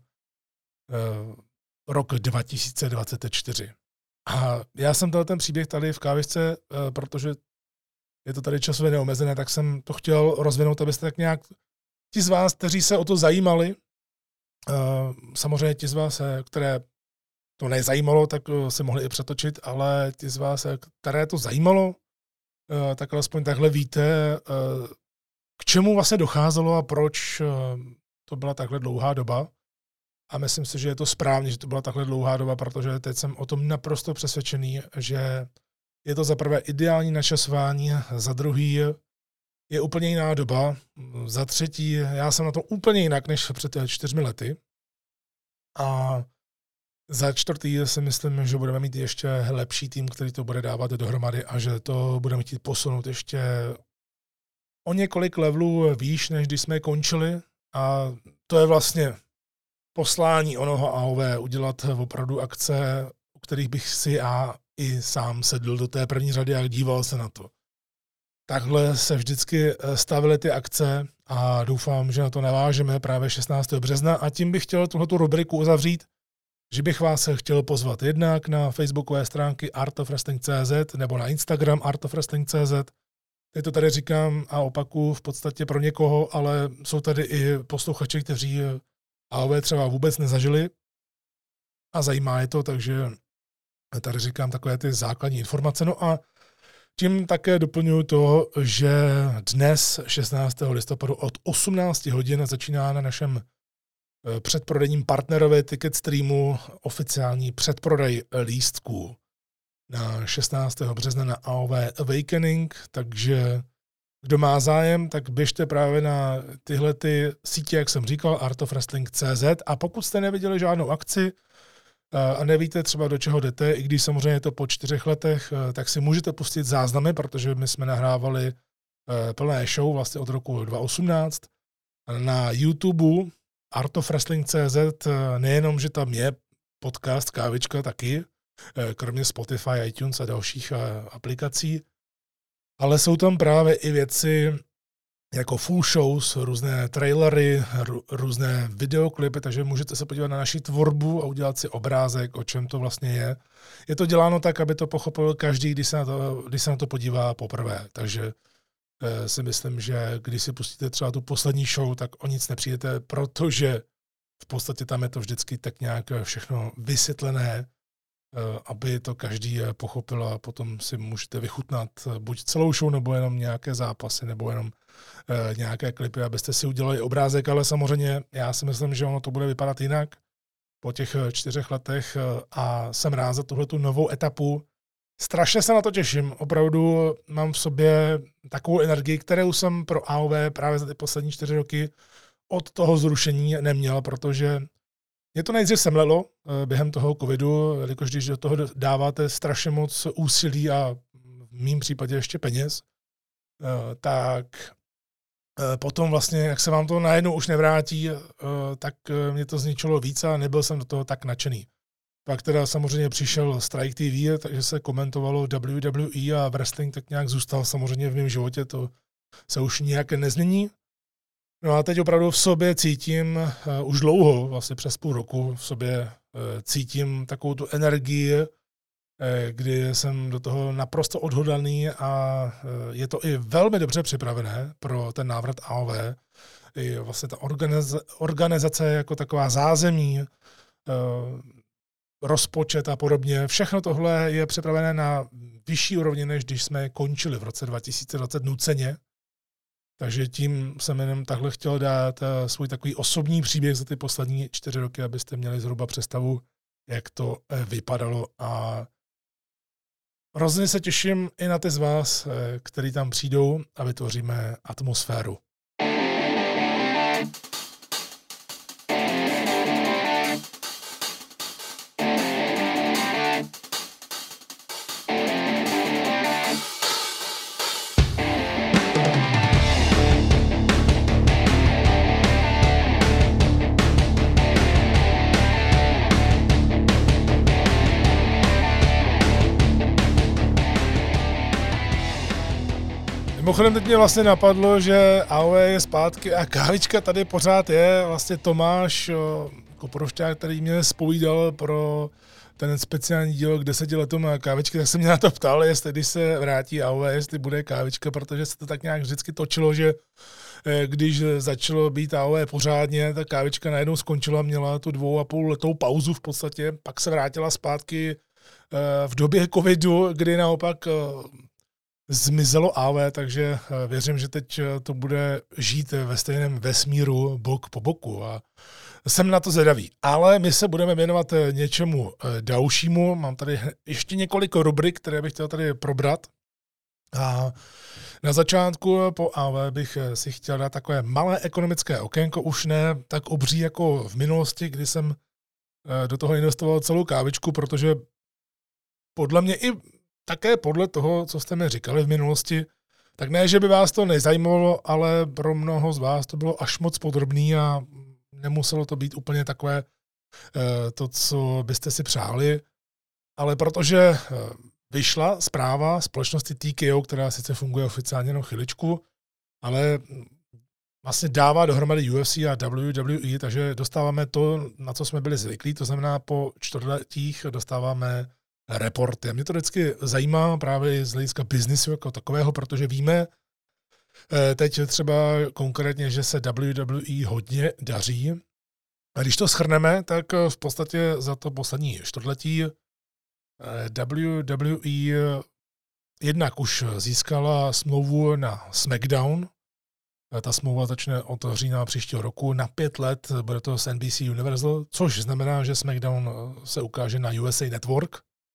rok dva tisíce dvacet čtyři. A já jsem dal ten příběh tady v kávičce, protože je to tady časově neomezené, tak jsem to chtěl rozvinout, abyste tak nějak ti z vás, kteří se o to zajímali, samozřejmě ti z vás, které to nezajímalo, tak se mohli i přetočit, ale ti z vás, které to zajímalo, tak alespoň takhle víte, k čemu vlastně docházelo a proč to byla takhle dlouhá doba. A myslím si, že je to správně, že to byla takhle dlouhá doba, protože teď jsem o tom naprosto přesvědčený, že je to za prvé ideální načasování, za druhý je úplně jiná doba, za třetí já jsem na to úplně jinak než před čtyřmi lety a za čtvrtý si myslím, že budeme mít ještě lepší tým, který to bude dávat dohromady a že to budeme chtít posunout ještě o několik levelů výš, než když jsme končili a to je vlastně poslání onoho A O V, udělat opravdu akce, u kterých bych si já i sám sedl do té první řady a díval se na to. Takhle se vždycky stavily ty akce a doufám, že na to navážeme právě šestnáctého března a tím bych chtěl tuhletu rubriku uzavřít, že bych vás chtěl pozvat jednak na facebookové stránky art of wrestling tečka cé zet nebo na Instagram art of wrestling tečka cé zet. Teď to tady říkám a opakuju v podstatě pro někoho, ale jsou tady i posluchači, kteří A O V třeba vůbec nezažili a zajímá je to, takže tady říkám takové ty základní informace. No a tím také doplňuji to, že dnes šestnáctého listopadu od osmnáct hodin začíná na našem předprodejním partnerovi Ticket Streamu oficiální předprodej lístků na šestnáctého března na A O V Awakening, takže kdo má zájem, tak běžte právě na tyhle ty sítě, jak jsem říkal, art of wrestling tečka cé zet a pokud jste neviděli žádnou akci a nevíte třeba do čeho jdete, i když samozřejmě je to po čtyřech letech, tak si můžete pustit záznamy, protože my jsme nahrávali plné show vlastně od roku dva tisíce osmnáct na YouTube art of wrestling tečka cé zet, nejenom, že tam je podcast Kávička taky, kromě Spotify, iTunes a dalších aplikací, ale jsou tam právě i věci jako full shows, různé trailery, různé videoklipy, takže můžete se podívat na naši tvorbu a udělat si obrázek, o čem to vlastně je. Je to děláno tak, aby to pochopil každý, když se na to, když se na to podívá poprvé. Takže eh, si myslím, že když si pustíte třeba tu poslední show, tak o nic nepřijdete, protože v podstatě tam je to vždycky tak nějak všechno vysvětlené aby to každý pochopil a potom si můžete vychutnat buď celou show, nebo jenom nějaké zápasy, nebo jenom nějaké klipy, abyste si udělali obrázek, ale samozřejmě já si myslím, že ono to bude vypadat jinak po těch čtyřech letech a jsem rád za tuhletu novou etapu. Strašně se na to těším, opravdu mám v sobě takovou energii, kterou jsem pro A O V právě za ty poslední čtyři roky od toho zrušení neměl, protože mě to nejdřív semlelo během toho covidu, jelikož když do toho dáváte strašně moc úsilí a v mým případě ještě peněz, tak potom vlastně, jak se vám to najednou už nevrátí, tak mě to zničilo víc a nebyl jsem do toho tak nadšený. Pak teda samozřejmě přišel Strike T V, takže se komentovalo W W E a wrestling tak nějak zůstal samozřejmě v mém životě, to se už nijak nezmění. No a teď opravdu v sobě cítím, uh, už dlouho, vlastně přes půl roku, v sobě uh, cítím takovou tu energii, uh, kdy jsem do toho naprosto odhodlaný a uh, je to i velmi dobře připravené pro ten návrat A O V. I vlastně ta organizace, organizace jako taková zázemí, uh, rozpočet a podobně. Všechno tohle je připravené na vyšší úrovni, než když jsme končili v roce dva tisíce dvacet nuceně. Takže tím jsem jenom takhle chtěl dát svůj takový osobní příběh za ty poslední čtyři roky, abyste měli zhruba představu, jak to vypadalo. A hrozně se těším i na ty z vás, kteří tam přijdou a vytvoříme atmosféru. Mimochodem teď mě vlastně napadlo, že A O V je zpátky a kávička tady pořád je. Vlastně Tomáš Koporošťák, který mě zpovídal pro ten speciální díl k deseti letům kávičky, tak se mě na to ptal, jestli když se vrátí A O V, jestli bude kávička, protože se to tak nějak vždycky točilo, že když začalo být A O V pořádně, tak kávička najednou skončila, měla tu dvou a půl letou pauzu v podstatě, pak se vrátila zpátky v době covidu, kdy naopak zmizelo A O V, takže věřím, že teď to bude žít ve stejném vesmíru bok po boku a jsem na to zvědavý. Ale my se budeme věnovat něčemu dalšímu. Mám tady ještě několik rubrik, které bych chtěl tady probrat. A na začátku po A O V bych si chtěl dát takové malé ekonomické okénko, už ne tak obří jako v minulosti, kdy jsem do toho investoval celou kávičku, protože podle mě i také podle toho, co jste mi říkali v minulosti, tak ne, že by vás to nezajímalo, ale pro mnoho z vás to bylo až moc podrobný a nemuselo to být úplně takové to, co byste si přáli, ale protože vyšla zpráva společnosti T K O, která sice funguje oficiálně jenom chviličku, ale vlastně dává dohromady U F C a W W E, takže dostáváme to, na co jsme byli zvyklí, to znamená po čtvrtletích dostáváme reporty. Mě to vždycky zajímá právě z hlediska biznisu jako takového, protože víme teď třeba konkrétně, že se W W E hodně daří. A když to shrneme, tak v podstatě za to poslední čtvrtletí W W E jednak už získala smlouvu na SmackDown. Ta smlouva začne od října příštího roku na pět let, bude to s N B C Universal, což znamená, že SmackDown se ukáže na U S A Network.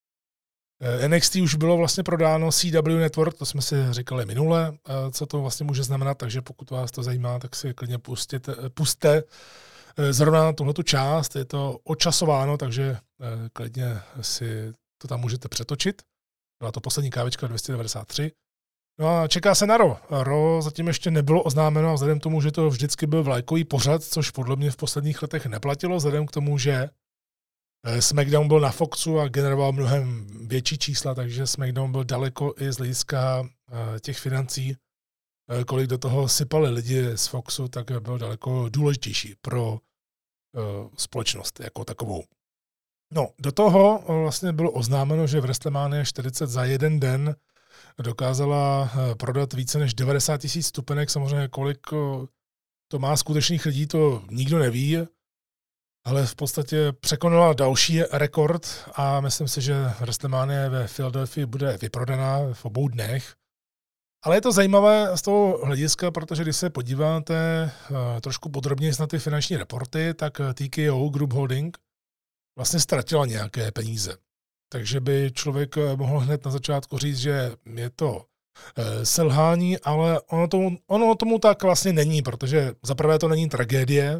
N X T už bylo vlastně prodáno C W Network, to jsme si říkali minule, co to vlastně může znamenat, takže pokud vás to zajímá, tak si klidně pustěte, puste zrovna tuhletu část, je to očasováno, takže klidně si to tam můžete přetočit. Byla to poslední kávička dvě stě devadesát tři. No a čeká se na Raw. Raw zatím ještě nebylo oznámeno a vzhledem k tomu, že to vždycky byl vlajkový pořad, což podle mě v posledních letech neplatilo, vzhledem k tomu, že SmackDown byl na Foxu a generoval mnohem větší čísla, takže SmackDown byl daleko i z hlediska těch financí, kolik do toho sypali lidi z Foxu, tak byl daleko důležitější pro společnost jako takovou. No, do toho vlastně bylo oznámeno, že v WrestleMania čtyřicet za jeden den dokázala prodat více než devadesát tisíc vstupenek. Samozřejmě kolik to má skutečných lidí, to nikdo neví. ale v podstatě překonala další rekord a myslím si, že WrestleMania ve Philadelphii bude vyprodaná v obou dnech. Ale je to zajímavé z toho hlediska, protože když se podíváte uh, trošku podrobněji na ty finanční reporty, tak T K O Group Holding vlastně ztratila nějaké peníze. Takže by člověk mohl hned na začátku říct, že je to uh, selhání, ale ono tomu, ono tomu tak vlastně není, protože za prvé to není tragédie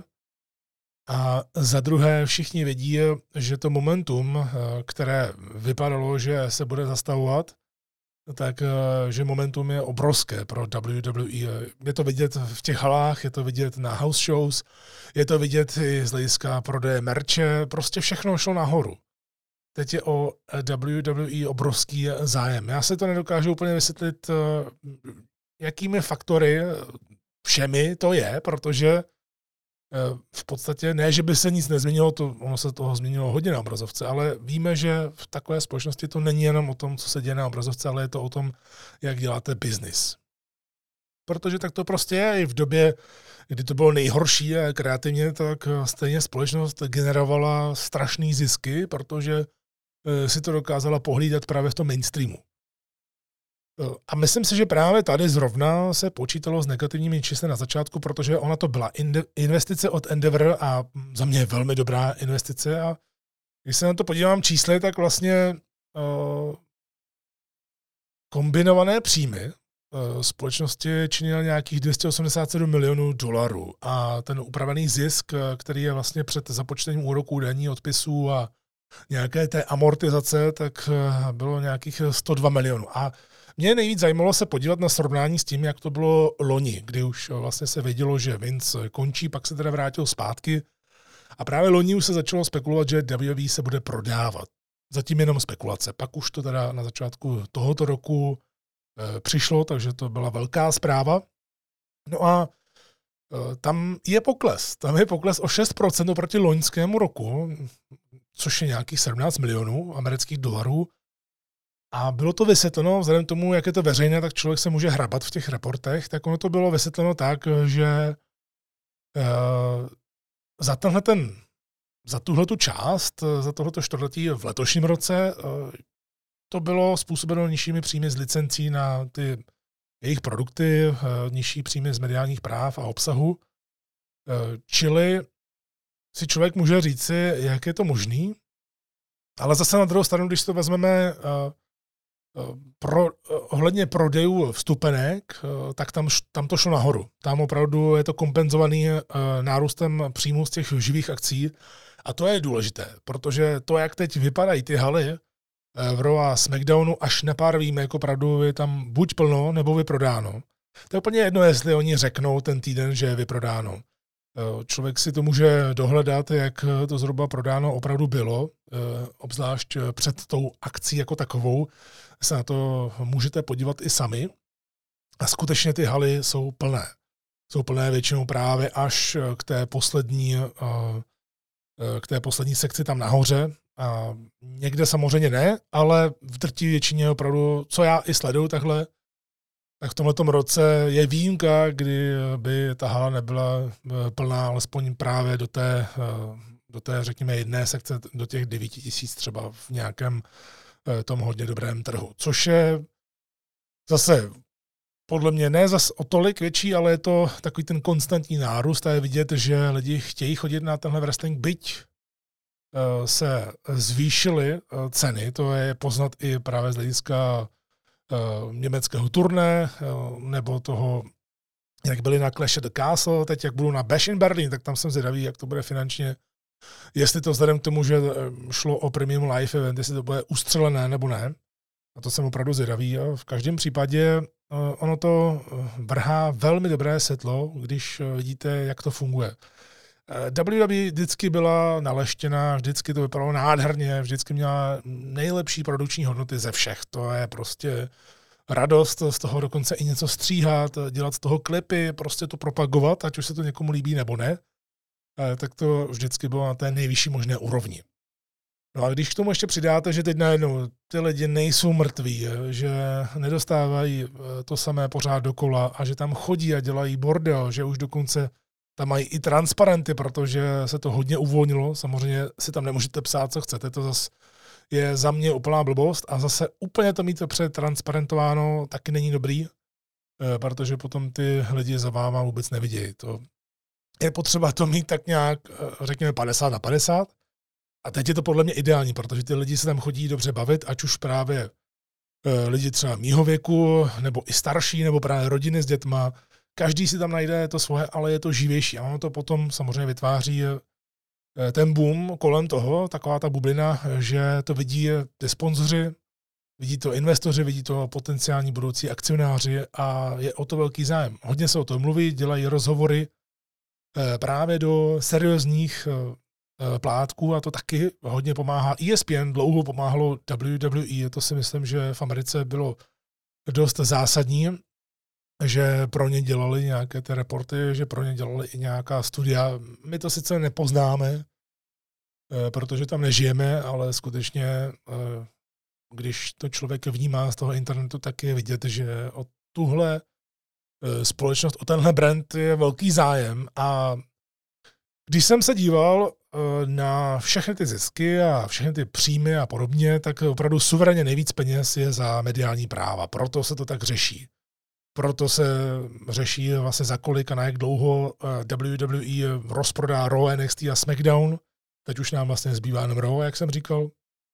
a za druhé všichni vědí, že to momentum, uh, které vypadalo, že se bude zastavovat, tak že momentum je obrovské pro W W E. Je to vidět v těch halách, je to vidět na house shows, je to vidět i z hlediska prodeje merče, prostě všechno šlo nahoru. Teď je o W W E obrovský zájem. Já se to nedokážu úplně vysvětlit, jakými faktory všemi to je, protože v podstatě ne, že by se nic nezměnilo, to, ono se toho změnilo hodně na obrazovce, ale víme, že v takové společnosti to není jenom o tom, co se děje na obrazovce, ale je to o tom, jak děláte biznis. Protože tak to prostě je i v době, kdy to bylo nejhorší a kreativně, tak stejně společnost generovala strašný zisky, protože si to dokázala pohlídat právě v tom mainstreamu. A myslím si, že právě tady zrovna se počítalo s negativními čísly na začátku, protože ona to byla investice od Endeavor a za mě je velmi dobrá investice. A když se na to podívám čísly, tak vlastně uh, kombinované příjmy uh, společnosti činily nějakých dvě stě osmdesát sedm milionů dolarů. A ten upravený zisk, který je vlastně před započtením úroků, daní, odpisů a nějaké té amortizace, tak uh, bylo nějakých sto dva milionů. A mě nejvíc zajímalo se podívat na srovnání s tím, jak to bylo loni, kdy už vlastně se vědělo, že Vince končí, pak se teda vrátil zpátky. A právě loni už se začalo spekulovat, že W W E se bude prodávat. Zatím jenom spekulace. Pak už to teda na začátku tohoto roku e, přišlo, takže to byla velká zpráva. No a e, tam je pokles. Tam je pokles o šest procent oproti loňskému roku, což je nějakých sedmnáct milionů amerických dolarů. A bylo to vysvětleno, vzhledem k tomu, jak je to veřejné, tak člověk se může hrabat v těch reportech, tak ono to bylo vysvětleno tak, že uh, za tenhle ten, za tuhletu část, za tohleto čtvrtletí v letošním roce, uh, to bylo způsobeno nižšími příjmy z licencí na ty jejich produkty, uh, nižší příjmy z mediálních práv a obsahu. Uh, čili si člověk může říci, jak je to možný, ale zase na druhou stranu, když to vezmeme uh, Pro, ohledně prodejů vstupenek, tak tam, tam to šlo nahoru. Tam opravdu je to kompenzovaný nárůstem příjmů z těch živých akcí a to je důležité, protože to, jak teď vypadají ty haly v Raw a SmackDownu, až na pár výjimek, opravdu je tam buď plno, nebo vyprodáno. To je úplně jedno, jestli oni řeknou ten týden, že je vyprodáno. Člověk si to může dohledat, jak to zhruba prodáno opravdu bylo, obzvlášť před tou akcí jako takovou, se na to můžete podívat i sami. A skutečně ty haly jsou plné. Jsou plné většinou právě až k té poslední, k té poslední sekci tam nahoře. A někde samozřejmě ne, ale v drtí většině opravdu, co já i sleduju takhle, tak v tomhletom roce je výjimka, kdy by ta hala nebyla plná, alespoň právě do té, do té řekněme, jedné sekce, do těch devět tisíc třeba v nějakém tom hodně dobrém trhu. Což je zase podle mě ne zas o tolik větší, ale je to takový ten konstantní nárůst a je vidět, že lidi chtějí chodit na tenhle wrestling, byť se zvýšily ceny, to je poznat i právě z hlediska německého turné, nebo toho, jak byli na Clash at the Castle, teď jak budou na Bash in Berlin, tak tam jsem zvědavý, jak to bude finančně. Jestli to vzhledem k tomu, že šlo o premium live event, jestli to bude ustřelené nebo ne. A to jsem opravdu zvědavý. A v každém případě ono to vrhá velmi dobré světlo, když vidíte, jak to funguje. W W E vždycky byla naleštěná, vždycky to vypadalo nádherně, vždycky měla nejlepší produkční hodnoty ze všech. To je prostě radost z toho dokonce i něco stříhat, dělat z toho klipy, prostě to propagovat, ať už se to někomu líbí nebo ne. Tak to vždycky bylo na té nejvyšší možné úrovni. No a když k tomu ještě přidáte, že teď najednou ty lidi nejsou mrtví, že nedostávají to samé pořád dokola a že tam chodí a dělají bordel, že už dokonce tam mají i transparenty, protože se to hodně uvolnilo. Samozřejmě si tam nemůžete psát, co chcete, to zase je za mě úplná blbost a zase úplně to mít přetransparentováno taky není dobrý, protože potom ty lidi za váma vůbec nevidějí. To je potřeba to mít tak nějak, řekněme, padesát na padesát. A teď je to podle mě ideální, protože ty lidi se tam chodí dobře bavit, ať už právě lidi třeba mýho věku, nebo i starší, nebo právě rodiny s dětma. Každý si tam najde to svoje, ale je to živější. A ono to potom samozřejmě vytváří ten boom kolem toho, taková ta bublina, že to vidí ty sponzoři, vidí to investoři, vidí to potenciální budoucí akcionáři a je o to velký zájem. Hodně se o tom mluví, dělají rozhovory právě do seriózních plátků a to taky hodně pomáhá. E S P N dlouho pomáhalo W W E, to si myslím, že v Americe bylo dost zásadní, že pro ně dělali nějaké ty reporty, že pro ně dělali i nějaká studia. My to sice nepoznáme, protože tam nežijeme, ale skutečně, když to člověk vnímá z toho internetu, tak je vidět, že o tuhle společnost, o tenhle brand je velký zájem. A když jsem se díval na všechny ty zisky a všechny ty příjmy a podobně, tak opravdu suverénně nejvíc peněz je za mediální práva. Proto se to tak řeší. Proto se řeší vlastně za kolik a na jak dlouho W W E rozprodá Raw, N X T a SmackDown. Teď už nám vlastně zbývá jenom Raw, jak jsem říkal.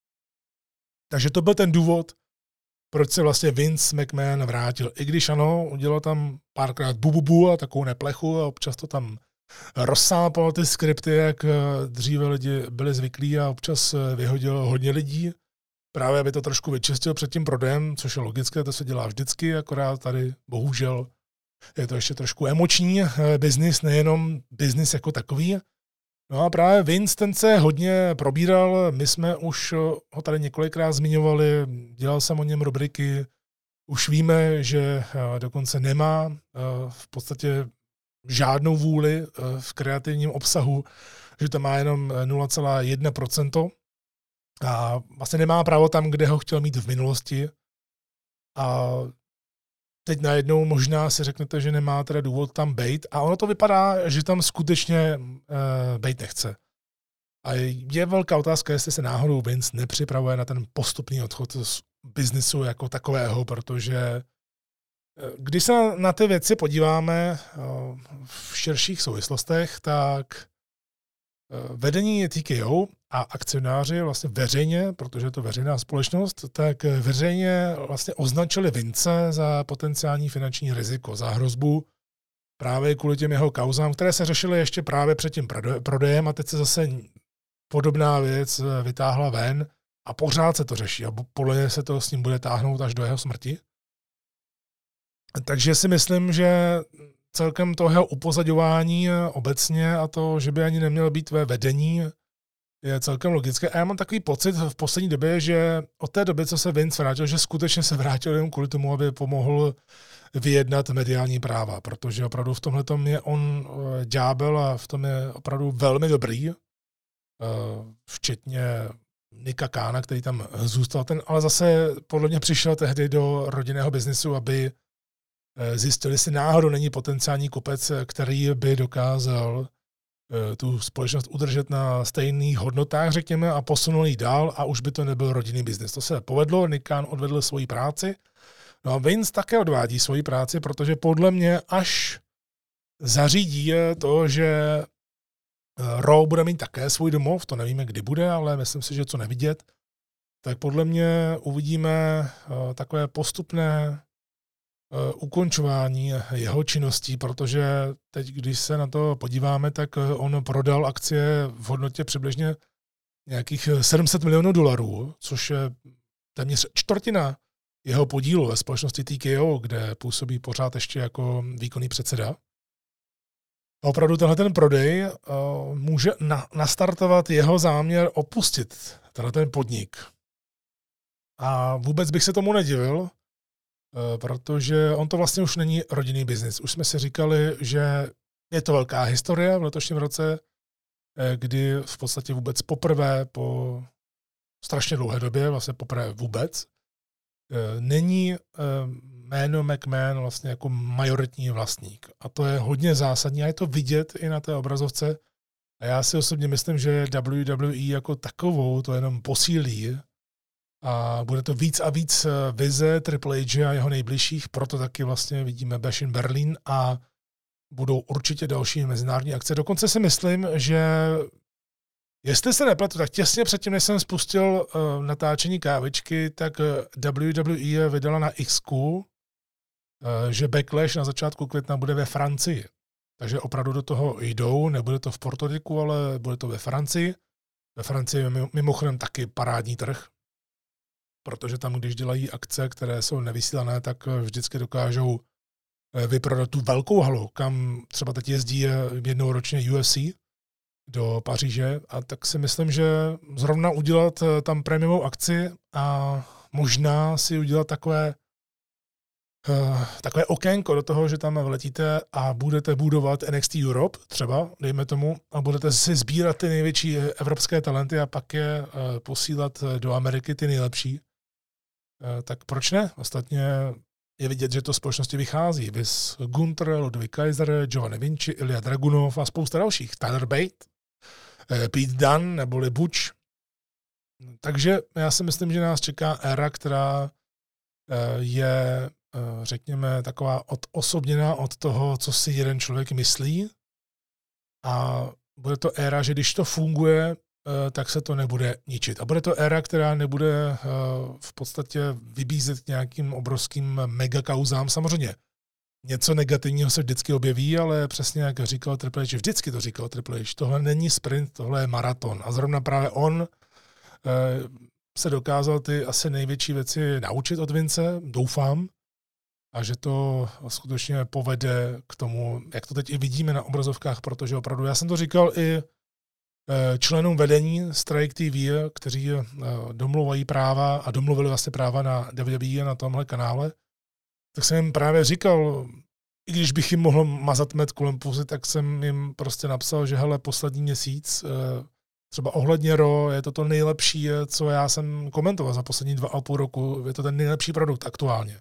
Takže to byl ten důvod, proč se vlastně Vince McMahon vrátil. I když ano, udělal tam párkrát bububu a takovou neplechu a občas to tam rozsápal ty skripty, jak dříve lidi byli zvyklí a občas vyhodil hodně lidí. Právě aby to trošku vyčistil před tím prodejem, což je logické, to se dělá vždycky, akorát tady bohužel je to ještě trošku emoční biznis, nejenom biznis jako takový. No a právě Vince ten se hodně probíral, my jsme už ho tady několikrát zmiňovali, dělal jsem o něm rubriky, už víme, že dokonce nemá v podstatě žádnou vůli v kreativním obsahu, že to má jenom nula celá jedna procenta a vlastně nemá právo tam, kde ho chtěl mít v minulosti. A teď najednou možná si řeknete, že nemá teda důvod tam bejt a ono to vypadá, že tam skutečně uh, bejt nechce. A je velká otázka, jestli se náhodou Vince nepřipravuje na ten postupný odchod z biznisu jako takového, protože když se na ty věci podíváme uh, v širších souvislostech, tak uh, vedení T K O a akcionáři vlastně veřejně, protože je to veřejná společnost, tak veřejně vlastně označili Vince za potenciální finanční riziko, za hrozbu právě kvůli těm jeho kauzám, které se řešily ještě právě před tím prodejem a teď se zase podobná věc vytáhla ven a pořád se to řeší a podle mě se to s ním bude táhnout až do jeho smrti. Takže si myslím, že celkem toho jeho upozaďování obecně a to, že by ani neměl být ve vedení, je celkem logické. A já mám takový pocit v poslední době, že od té doby, co se Vince vrátil, že skutečně se vrátil jenom kvůli tomu, aby pomohl vyjednat mediální práva, protože opravdu v tomhletom je on ďábel a v tom je opravdu velmi dobrý, včetně Nika Kána, který tam zůstal, ten ale zase podle mě přišel tehdy do rodinného biznisu, aby zjistili, jestli náhodou není potenciální kupec, který by dokázal tu společnost udržet na stejných hodnotách, řekněme, a posunul ji dál a už by to nebyl rodinný biznis. To se povedlo, Nick Khan odvedl svoji práci. No a Vince také odvádí svoji práci, protože podle mě až zařídí to, že Raw bude mít také svůj domov, to nevíme, kdy bude, ale myslím si, že co nevidět, tak podle mě uvidíme takové postupné ukončování jeho činností, protože teď, když se na to podíváme, tak on prodal akcie v hodnotě přibližně nějakých sedm set milionů dolarů, což je téměř čtvrtina jeho podílu ve společnosti T K O, kde působí pořád ještě jako výkonný předseda. A opravdu tenhle ten prodej uh, může na, nastartovat jeho záměr opustit tenhle ten podnik. A vůbec bych se tomu nedivil, protože on to vlastně už není rodinný biznis. Už jsme si říkali, že je to velká historie v letošním roce, kdy v podstatě vůbec poprvé po strašně dlouhé době, vlastně poprvé vůbec, není jméno McMahon vlastně jako majoritní vlastník. A to je hodně zásadní a je to vidět i na té obrazovce. A já si osobně myslím, že W W E jako takovou to jenom posílí a bude to víc a víc vize Triple H a jeho nejbližších, proto taky vlastně vidíme Bash in Berlin a budou určitě další mezinárodní akce. Dokonce si myslím, že jestli se nepletu, tak těsně předtím, než jsem spustil uh, natáčení kávičky, tak W W E vydala na X-ku, uh, že Backlash na začátku května bude ve Francii. Takže opravdu do toho jdou, nebude to v Porto Riku, ale bude to ve Francii. Ve Francii je mimochodem taky parádní trh, protože tam, když dělají akce, které jsou nevysílané, tak vždycky dokážou vyprodat tu velkou halu, kam třeba teď jezdí jednou ročně U F C do Paříže, a tak si myslím, že zrovna udělat tam prémiovou akci a možná si udělat takové Uh, takové okénko do toho, že tam vletíte a budete budovat N X T Europe třeba, dejme tomu, a budete si sbírat ty největší evropské talenty a pak je uh, posílat do Ameriky ty nejlepší. Uh, tak proč ne? Ostatně je vidět, že to společnosti vychází. Vys Gunther, Ludwig Kaiser, Giovanni Vinci, Ilya Dragunov a spousta dalších. Tyler Bate, uh, Pete Dunne neboli Butch. Takže já si myslím, že nás čeká éra, která uh, je řekněme, taková odosobněná od toho, co si jeden člověk myslí. A bude to éra, že když to funguje, tak se to nebude ničit. A bude to éra, která nebude v podstatě vybízet k nějakým obrovským megakauzám. Samozřejmě něco negativního se vždycky objeví, ale přesně jak říkal Triple H, vždycky to říkal Triple H, tohle není sprint, tohle je maraton. A zrovna právě on se dokázal ty asi největší věci naučit od Vince, doufám, a že to skutečně povede k tomu, jak to teď i vidíme na obrazovkách, protože opravdu, já jsem to říkal i členům vedení Strike T V, kteří domluvají práva a domluvili vlastně práva na W W E na tomhle kanále, tak jsem jim právě říkal, i když bych jim mohl mazat med kolem pusy, tak jsem jim prostě napsal, že hele, poslední měsíc, třeba ohledně Raw, je to to nejlepší, co já jsem komentoval za poslední dva a půl roku, je to ten nejlepší produkt aktuálně.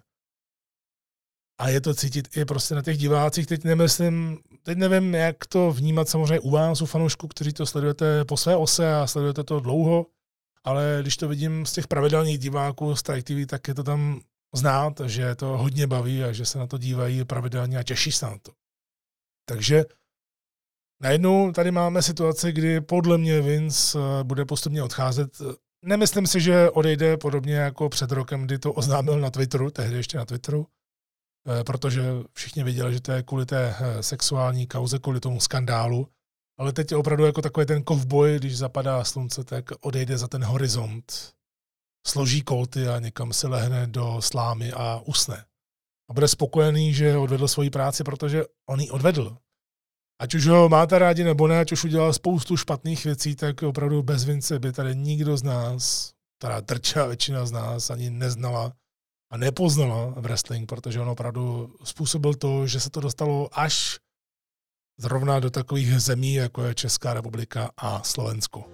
A je to cítit i prostě na těch divácích. Teď nemyslím, teď nevím, jak to vnímat samozřejmě u vás, u fanoušků, kteří to sledujete po své ose a sledujete to dlouho, ale když to vidím z těch pravidelných diváků Strike T V, tak je to tam znát, že to hodně baví a že se na to dívají pravidelně a těší se na to. Takže najednou tady máme situaci, kdy podle mě Vince bude postupně odcházet. Nemyslím si, že odejde podobně jako před rokem, kdy to oznámil na Twitteru, tehdy ještě na Twitteru, protože všichni viděli, že to je kvůli té sexuální kauze, kvůli tomu skandálu, ale teď je opravdu jako takový ten kovboj, když zapadá slunce, tak odejde za ten horizont, složí kolty a někam se lehne do slámy a usne. A bude spokojený, že odvedl svoji práci, protože on ji odvedl. Ať už ho máte rádi nebo ne, ať už udělal spoustu špatných věcí, tak opravdu bez Vince by tady nikdo z nás, teda drčá většina z nás ani neznala a nepoznala wrestling, protože on opravdu způsobil to, že se to dostalo až zrovna do takových zemí, jako je Česká republika a Slovensko.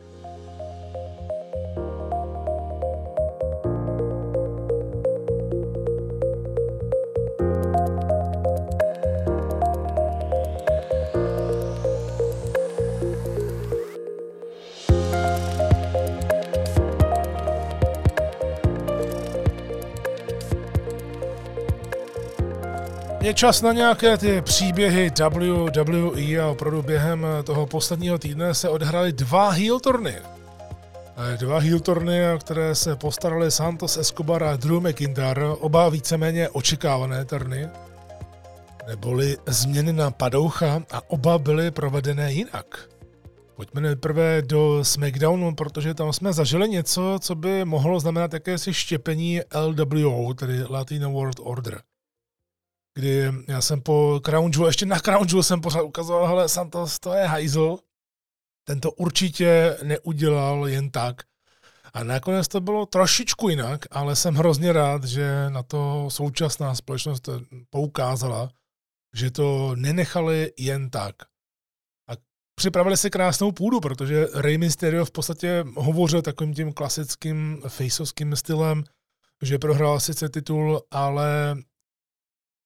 Je čas na nějaké ty příběhy W W E a opravdu během toho posledního týdne se odehrály dva heel turny. Dva heel turny, které se postarali Santos Escobar a Drew McIntyre, oba víceméně očekávané turny, neboli změny na padoucha a oba byly provedené jinak. Pojďme nejprve do SmackDownu, protože tam jsme zažili něco, co by mohlo znamenat jakési štěpení L W O, tedy Latino World Order. Kdy já jsem po Crown Jewel, ještě na Crown Jewel jsem pořád ukazoval, hele, Santos, to je hajzl, ten to určitě neudělal jen tak. A nakonec to bylo trošičku jinak, ale jsem hrozně rád, že na to současná společnost poukázala, že to nenechali jen tak. A připravili si krásnou půdu, protože Rey Mysterio v podstatě hovořil takovým tím klasickým faceovským stylem, že prohrál sice titul, ale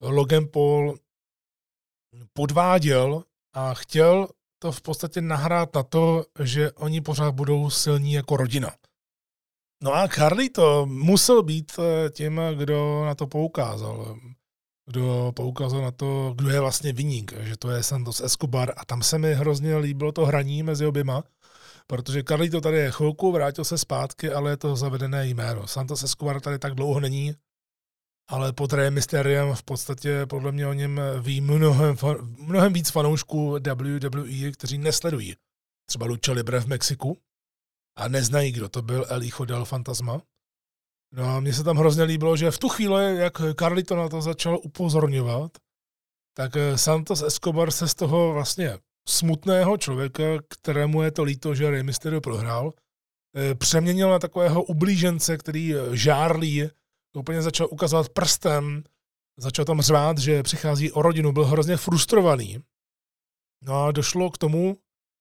Logan Paul podváděl a chtěl to v podstatě nahrát na to, že oni pořád budou silní jako rodina. No a Carlito musel být tím, kdo na to poukázal. Kdo poukázal na to, kdo je vlastně viník, že to je Santos Escobar. A tam se mi hrozně líbilo to hraní mezi oběma, protože Carlito tady je chvilku, vrátil se zpátky, ale je to zavedené jméno. Santos Escobar tady tak dlouho není, ale pod Rey Mysteriem v podstatě podle mě o něm ví mnohem, mnohem víc fanoušků W W E, kteří nesledují třeba Lucha Libre v Mexiku a neznají, kdo to byl El Hijo del Fantasma. No a mně se tam hrozně líbilo, že v tu chvíli, jak Carlito na to začal upozorňovat, tak Santos Escobar se z toho vlastně smutného člověka, kterému je to líto, že Rey Mysterio prohrál, přeměnil na takového ublížence, který žárlí, úplně začal ukazovat prstem, začal tam řvát, že přichází o rodinu, byl hrozně frustrovaný. No a došlo k tomu,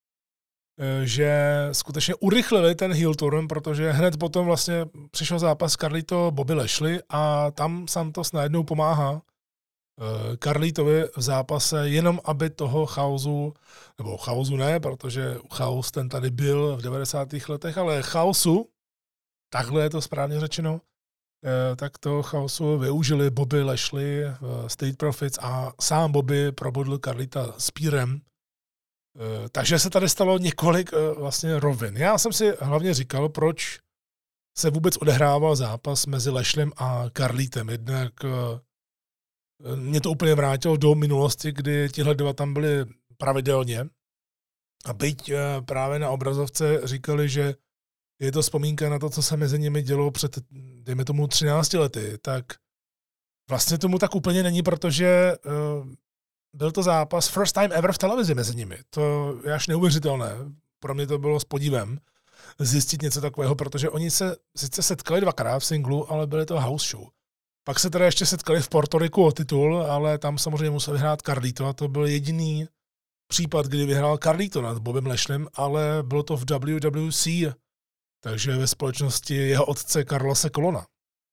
že skutečně urychlili ten heel turn, protože hned potom vlastně přišel zápas Carlito Bobby Lashley a tam Santos najednou pomáhá Carlitovi v zápase, jenom aby toho chaosu, nebo chaosu ne, protože chaos ten tady byl v devadesátých letech, ale chaosu, takhle je to správně řečeno, tak toho chaosu využili Bobby Lashley, Street Profits a sám Bobby probodl Carlita s pírem. Takže se tady stalo několik vlastně rovin. Já jsem si hlavně říkal, proč se vůbec odehrával zápas mezi Lashlem a Carlitem. Jednak mě to úplně vrátilo do minulosti, kdy tihle dva tam byli pravidelně. A byť právě na obrazovce říkali, že je to vzpomínka na to, co se mezi nimi dělo před, dejme tomu, třinácti lety, tak vlastně tomu tak úplně není, protože uh, byl to zápas first time ever v televizi mezi nimi. To je až neuvěřitelné. Pro mě to bylo s podívem zjistit něco takového, protože oni se sice setkali dvakrát v singlu, ale byly to house show. Pak se teda ještě setkali v Porto Riku o titul, ale tam samozřejmě musel vyhrát Carlito a to byl jediný případ, kdy vyhrál Carlito nad Bobem Lashlem, ale bylo to v W W C, takže ve společnosti jeho otce Carlose Colona.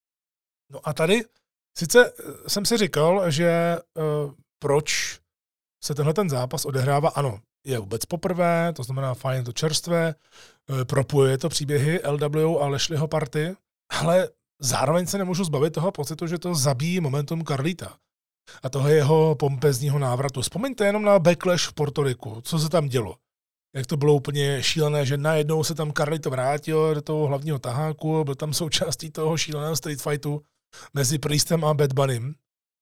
No a tady sice jsem si říkal, že uh, proč se tenhle ten zápas odehrává, ano, je vůbec poprvé, to znamená fajn, je to čerstvé, uh, propojuje to příběhy L W a Lashleyho party, ale zároveň se nemůžu zbavit toho pocitu, že to zabíjí momentum Carlita a toho jeho pompezního návratu. Vzpomeňte jenom na Backlash v Porto Riku, co se tam dělo. Jak to bylo úplně šílené, že najednou se tam Carlito vrátil do toho hlavního taháku, byl tam součástí toho šíleného street fightu mezi Priestem a Bad Bunnym.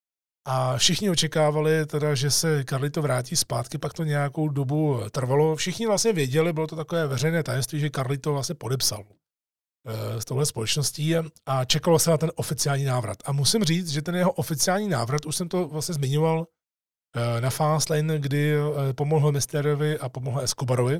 A všichni očekávali teda, že se Carlito vrátí zpátky, pak to nějakou dobu trvalo. Všichni vlastně věděli, bylo to takové veřejné tajemství, že Carlito vlastně podepsal s touhle společností a čekalo se na ten oficiální návrat. A musím říct, že ten jeho oficiální návrat, už jsem to vlastně zmiňoval na Fastlane, kdy pomohl Mysteriovi a pomohl Escobarovi.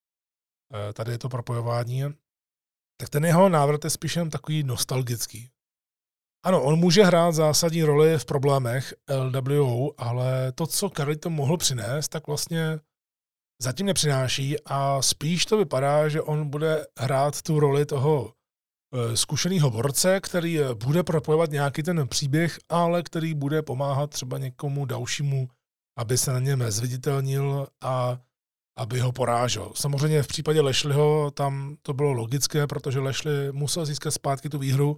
Tady je to propojování. Tak ten jeho návrat je spíš jen takový nostalgický. Ano, on může hrát zásadní roli v problémech L W O, ale to, co Carlito mohl přinést, tak vlastně zatím nepřináší a spíš to vypadá, že on bude hrát tu roli toho zkušeného borce, který bude propojovat nějaký ten příběh, ale který bude pomáhat třeba někomu dalšímu, aby se na něm zviditelnil a aby ho porážel. Samozřejmě v případě Lashleyho tam to bylo logické, protože Lashley musel získat zpátky tu výhru,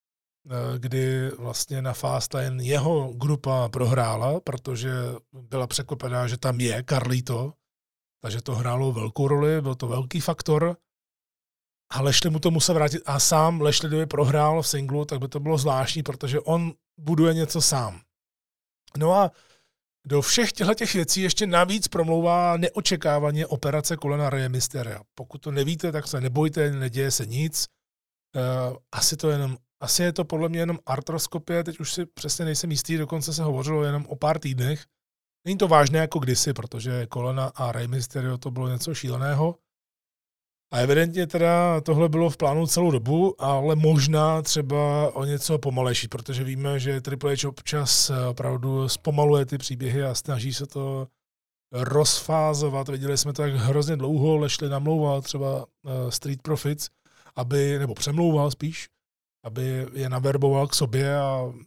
kdy vlastně na Fastlane jeho grupa prohrála, protože byla překvapená, že tam je Carlito, takže to hrálo velkou roli, byl to velký faktor. A Lashley mu to musel vrátit a sám Lashley, kdyby prohrál v singlu, tak by to bylo zvláštní, protože on buduje něco sám. No a do všech těchto věcí ještě navíc promlouvá neočekávaně operace kolena Rey Mysteria. Pokud to nevíte, tak se nebojte, neděje se nic. Uh, asi, to jenom, asi je to podle mě jenom artroskopie, teď už si přesně nejsem jistý, dokonce se hovořilo jenom o pár týdnech. Není to vážné jako kdysi, protože kolena a Rey Mysterio to bylo něco šíleného. A evidentně teda tohle bylo v plánu celou dobu, ale možná třeba o něco pomalejší, protože víme, že Triple H občas opravdu zpomaluje ty příběhy a snaží se to rozfázovat. Viděli jsme to, jak hrozně dlouho Lashley namlouval třeba Street Profits, aby, nebo přemlouval spíš, aby je naverboval k sobě a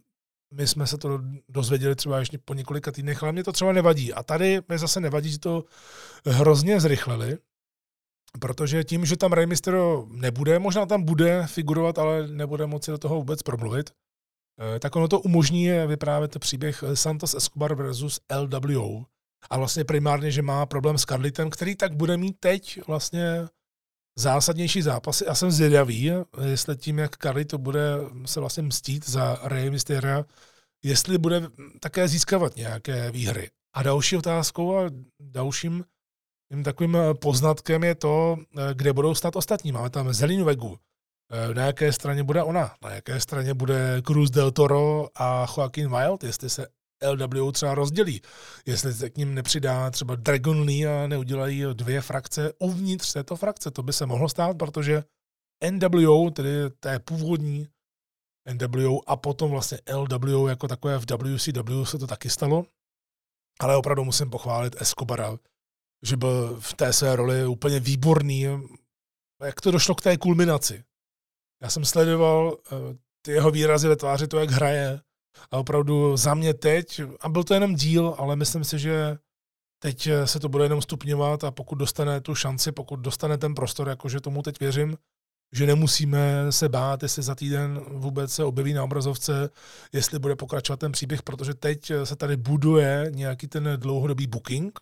my jsme se to dozvěděli třeba ještě po několika týdnech, ale mě to třeba nevadí. A tady mi zase nevadí, že to hrozně zrychlili, protože tím, že tam Rey Mysterio nebude, možná tam bude figurovat, ale nebude moci do toho vůbec promluvit, tak ono to umožní vyprávět příběh Santos Escobar versus L W O. A vlastně primárně, že má problém s Carlitem, který tak bude mít teď vlastně zásadnější zápasy. Já jsem zvědavý, jestli tím, jak Carlito bude se vlastně mstít za Rey Mysteria, jestli bude také získávat nějaké výhry. A další otázkou a dalším takovým poznatkem je to, kde budou stát ostatní. Máme tam Zelinu Vegu. Na jaké straně bude ona? Na jaké straně bude Cruz del Toro a Joaquin Wilde? Jestli se L W O třeba rozdělí. Jestli se k ním nepřidá třeba Dragon Lee a neudělají dvě frakce uvnitř této frakce. To by se mohlo stát, protože N W O, tedy té původní N W O a potom vlastně L W O jako takové v W C W se to taky stalo. Ale opravdu musím pochválit Escobara, že byl v té své roli úplně výborný. Jak to došlo k té kulminaci? Já jsem sledoval ty jeho výrazy ve tváři, to, jak hraje. A opravdu za mě teď, a byl to jenom díl, ale myslím si, že teď se to bude jenom stupňovat a pokud dostane tu šanci, pokud dostane ten prostor, jakože tomu teď věřím, že nemusíme se bát, jestli za týden vůbec se objeví na obrazovce, jestli bude pokračovat ten příběh, protože teď se tady buduje nějaký ten dlouhodobý booking.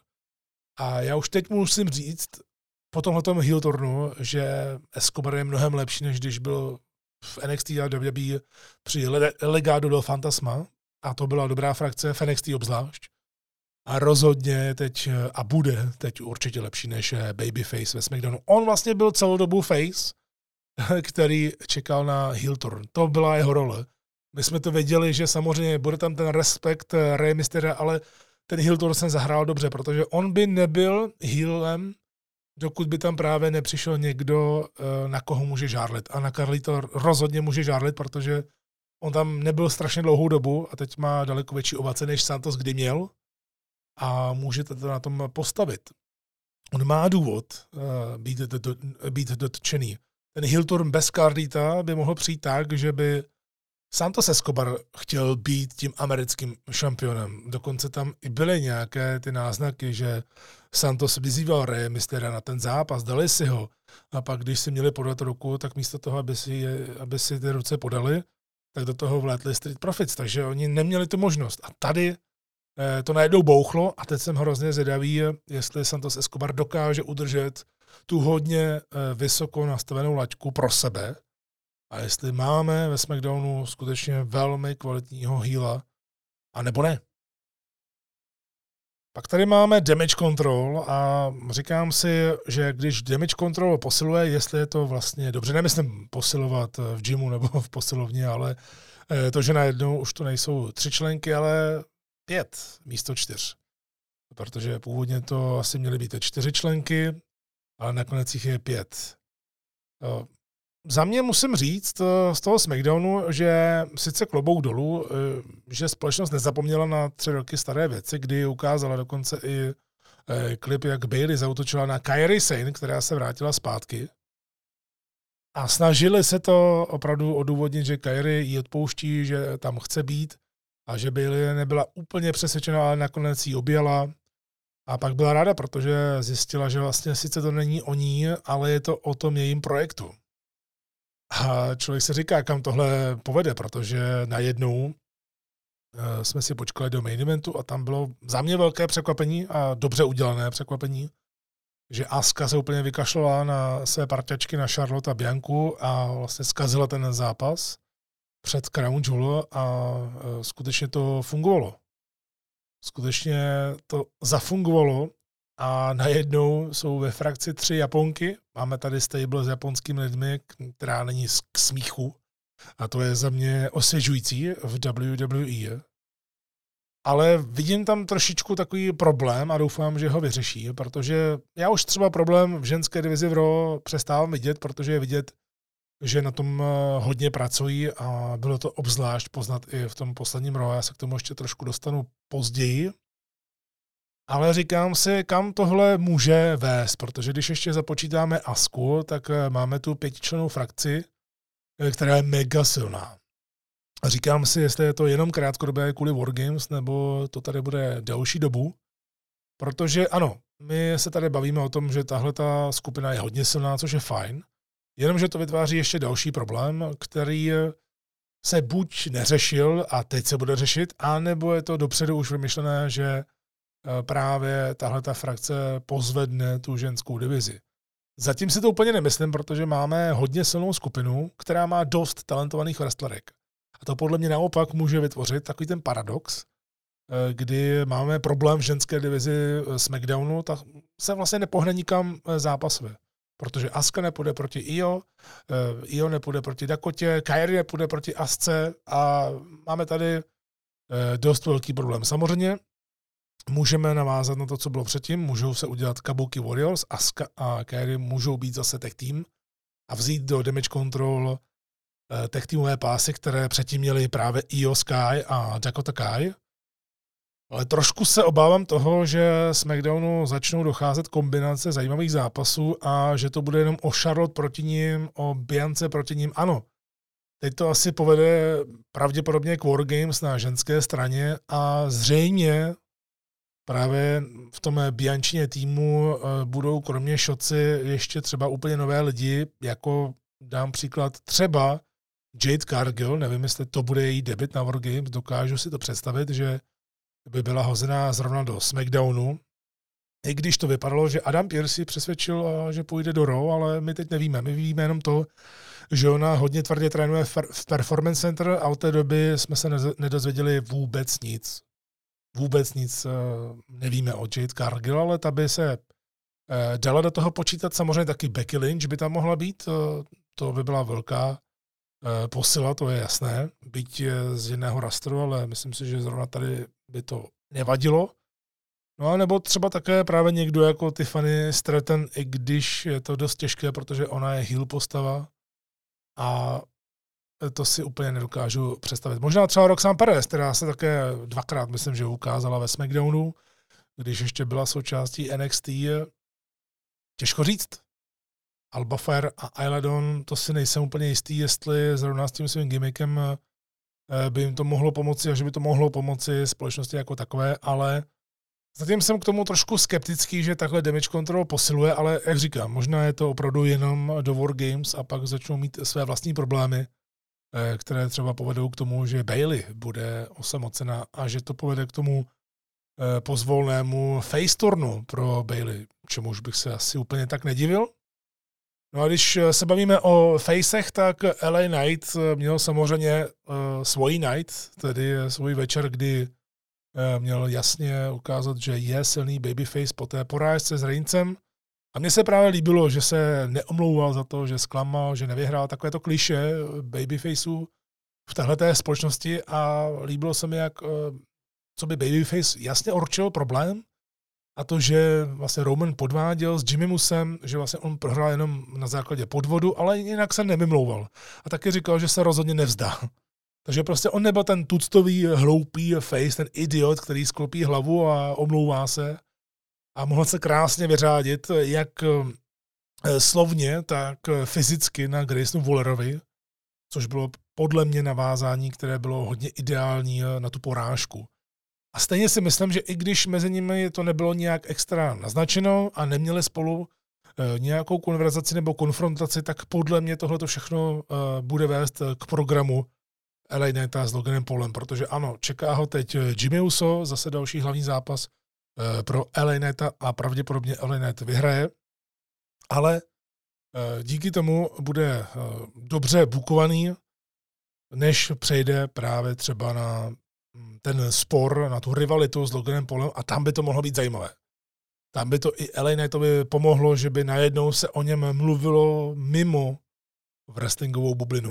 A já už teď musím říct, po tomhletom heel turnu, že Escobar je mnohem lepší, než když byl v N X T a W W E při Legado del Fantasma, a to byla dobrá frakce, v N X T obzvlášť. A rozhodně teď, a bude teď určitě lepší než Babyface ve SmackDownu. On vlastně byl celou dobu face, který čekal na heel turn. To byla jeho role. My jsme to věděli, že samozřejmě bude tam ten respekt Rey Mysteria, ale ten heel turn jsem zahrál dobře, protože on by nebyl heelem, dokud by tam právě nepřišel někdo, na koho může žárlit. A na Carlito rozhodně může žárlit, protože on tam nebyl strašně dlouhou dobu a teď má daleko větší ovace, než Santos kdy měl a můžete to na tom postavit. On má důvod uh, být, do, do, být dotčený. Ten heel turn bez Carlita by mohl přijít tak, že by Santos Escobar chtěl být tím americkým šampionem. Dokonce tam i byly nějaké ty náznaky, že Santos vyzýval Rey Mysteria na ten zápas, dali si ho. A pak, když si měli podat ruku, tak místo toho, aby si, aby si ty ruce podali, tak do toho vlétli Street Profits. Takže oni neměli tu možnost. A tady eh, to najednou bouchlo a teď jsem hrozně zvědavý, jestli Santos Escobar dokáže udržet tu hodně eh, vysoko nastavenou laťku pro sebe. A jestli máme ve SmackDownu skutečně velmi kvalitního heala, a nebo ne. Pak tady máme Damage Control a říkám si, že když Damage Control posiluje, jestli je to vlastně dobře, nemyslím posilovat v gymu nebo v posilovně, ale to, že najednou už to nejsou tři členky, ale pět místo čtyř. Protože původně to asi měly být čtyři členky, ale nakonec jich je pět. Za mě musím říct z toho SmackDownu, že sice klobouk dolů, že společnost nezapomněla na tři roky staré věci, kdy ukázala dokonce i klip, jak Bayley zaútočila na Kairi Sane, která se vrátila zpátky. A snažili se to opravdu odůvodnit, že Kairi ji odpouští, že tam chce být a že Bayley nebyla úplně přesvědčená, ale nakonec ji objela. A pak byla ráda, protože zjistila, že vlastně sice to není o ní, ale je to o tom jejím projektu. A člověk se říká, kam tohle povede, protože najednou jsme si počkali do main eventu a tam bylo za mě velké překvapení a dobře udělané překvapení, že Asuka se úplně vykašlala na své parťačky na Charlotte a Bianku a vlastně zkazila ten zápas před Crown Jewel a skutečně to fungovalo. Skutečně to zafungovalo a najednou jsou ve frakci tři Japonky. Máme tady stable s japonskými lidmi, která není k smíchu. A to je za mě osvěžující v W W E. Ale vidím tam trošičku takový problém a doufám, že ho vyřeší, protože já už třeba problém v ženské divizi v Raw přestávám vidět, protože je vidět, že na tom hodně pracují a bylo to obzvlášť poznat i v tom posledním Raw. Já se k tomu ještě trošku dostanu později. Ale říkám si, kam tohle může vést, protože když ještě započítáme Asku, tak máme tu pětičlennou frakci, která je mega silná. A říkám si, jestli je to jenom krátkodobé kvůli Wargames, nebo to tady bude delší dobu. Protože ano, my se tady bavíme o tom, že tahle ta skupina je hodně silná, což je fajn. Jenomže to vytváří ještě další problém, který se buď neřešil a teď se bude řešit, anebo je to dopředu už vymyšlené, že právě tahle ta frakce pozvedne tu ženskou divizi. Zatím si to úplně nemyslím, protože máme hodně silnou skupinu, která má dost talentovaných wrestlerek. A to podle mě naopak může vytvořit takový ten paradox, kdy máme problém v ženské divizi SmackDownu, tak se vlastně nepohne nikam zápasově. Protože Asuka nepůjde proti Io, Io nepůjde proti Dakotě, Kairi nepůjde proti Asce a máme tady dost velký problém. Samozřejmě můžeme navázat na to, co bylo předtím, můžou se udělat Kabuki Warriors, Asuka a Kairi můžou být zase tag team a vzít do Damage Control tag teamové pásy, které předtím měly právě Io Sky a Dakota Kai. Ale trošku se obávám toho, že SmackDownu začnou docházet kombinace zajímavých zápasů a že to bude jenom o Charlotte proti ním, o Biance proti ním. Ano, teď to asi povede pravděpodobně k Wargames na ženské straně a zřejmě právě v tom Biančině týmu budou kromě Šoci ještě třeba úplně nové lidi, jako dám příklad třeba Jade Cargill, nevím, jestli to bude její debut na Wargames, dokážu si to představit, že by byla hozená zrovna do SmackDownu. I když to vypadalo, že Adam Pearce přesvědčil, že půjde do Raw, ale my teď nevíme. My víme jenom to, že ona hodně tvrdě trénuje v Performance Center a od té doby jsme se nedozvěděli vůbec nic. Vůbec nic nevíme o Jade Cargill, ale ta by se dala do toho počítat. Samozřejmě taky Becky Lynch by tam mohla být. To by byla velká posila, to je jasné. Byť z jiného rastru, ale myslím si, že zrovna tady by to nevadilo. No a nebo třeba také právě někdo jako Tiffany Stratton, i když je to dost těžké, protože ona je heel postava a to si úplně nedokážu představit. Možná třeba Roxanne Perez, která se také dvakrát, myslím, že ukázala ve SmackDownu, když ještě byla součástí N X T. Těžko říct. Alba Fire a Isla Dawn, to si nejsem úplně jistý, jestli zrovna s tím svým gimmickem by jim to mohlo pomoci a že by to mohlo pomoci společnosti jako takové, ale zatím jsem k tomu trošku skeptický, že takhle Damage Control posiluje, ale jak říkám, možná je to opravdu jenom do Wargames a pak začnou mít své vlastní problémy, které třeba povedou k tomu, že Bayley bude osamocena a že to povede k tomu pozvolnému face turnu pro Bayley, čemuž bych se asi úplně tak nedivil. No a když se bavíme o facech, tak L A Knight měl samozřejmě uh, svůj night, tedy svůj večer, kdy uh, měl jasně ukázat, že je silný babyface po té porážce s Reincem. A mně se právě líbilo, že se neomlouval za to, že zklamal, že nevyhrál takové to klišé babyfaceů v téhleté společnosti a líbilo se mi, jak uh, co by babyface jasně určil problém, a to, že vlastně Roman podváděl s Jimmy Musem, že vlastně on prohrál jenom na základě podvodu, ale jinak se nevymlouval. A taky říkal, že se rozhodně nevzdá. Takže prostě on nebyl ten tuctový, hloupý face, ten idiot, který sklopí hlavu a omlouvá se. A mohl se krásně vyřádit, jak slovně, tak fyzicky na Graysonu Wallerovi, což bylo podle mě navázání, které bylo hodně ideální na tu porážku. A stejně si myslím, že i když mezi nimi to nebylo nějak extra naznačeno a neměli spolu e, nějakou konverzaci nebo konfrontaci, tak podle mě tohle všechno e, bude vést k programu L A Knighta s Loganem Paulem, protože ano, čeká ho teď Jimmy Uso, zase další hlavní zápas e, pro L A Knighta a pravděpodobně L A Knight vyhraje, ale e, díky tomu bude e, dobře bukovaný, než přejde právě třeba na ten spor, na tu rivalitu s Loganem Paulem a tam by to mohlo být zajímavé. Tam by to i L A Knightovi pomohlo, že by najednou se o něm mluvilo mimo wrestlingovou bublinu.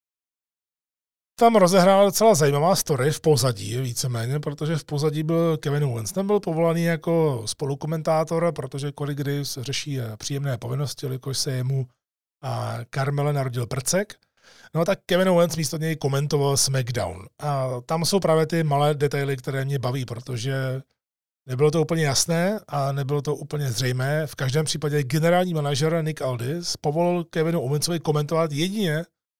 Tam rozehrála docela zajímavá story v pozadí, víceméně, protože v pozadí byl Kevin Owens. Ten byl povolaný jako spolukomentátor, protože Corey Graves řeší příjemné povinnosti, jelikož se jemu a Carmele narodil prcek. No tak Kevin Owens místo něj komentoval SmackDown. A tam jsou právě ty malé detaily, které mě baví, protože nebylo to úplně jasné a nebylo to úplně zřejmé. V každém případě generální manažer Nick Aldis povolil Kevinu Owensovi komentovat jedině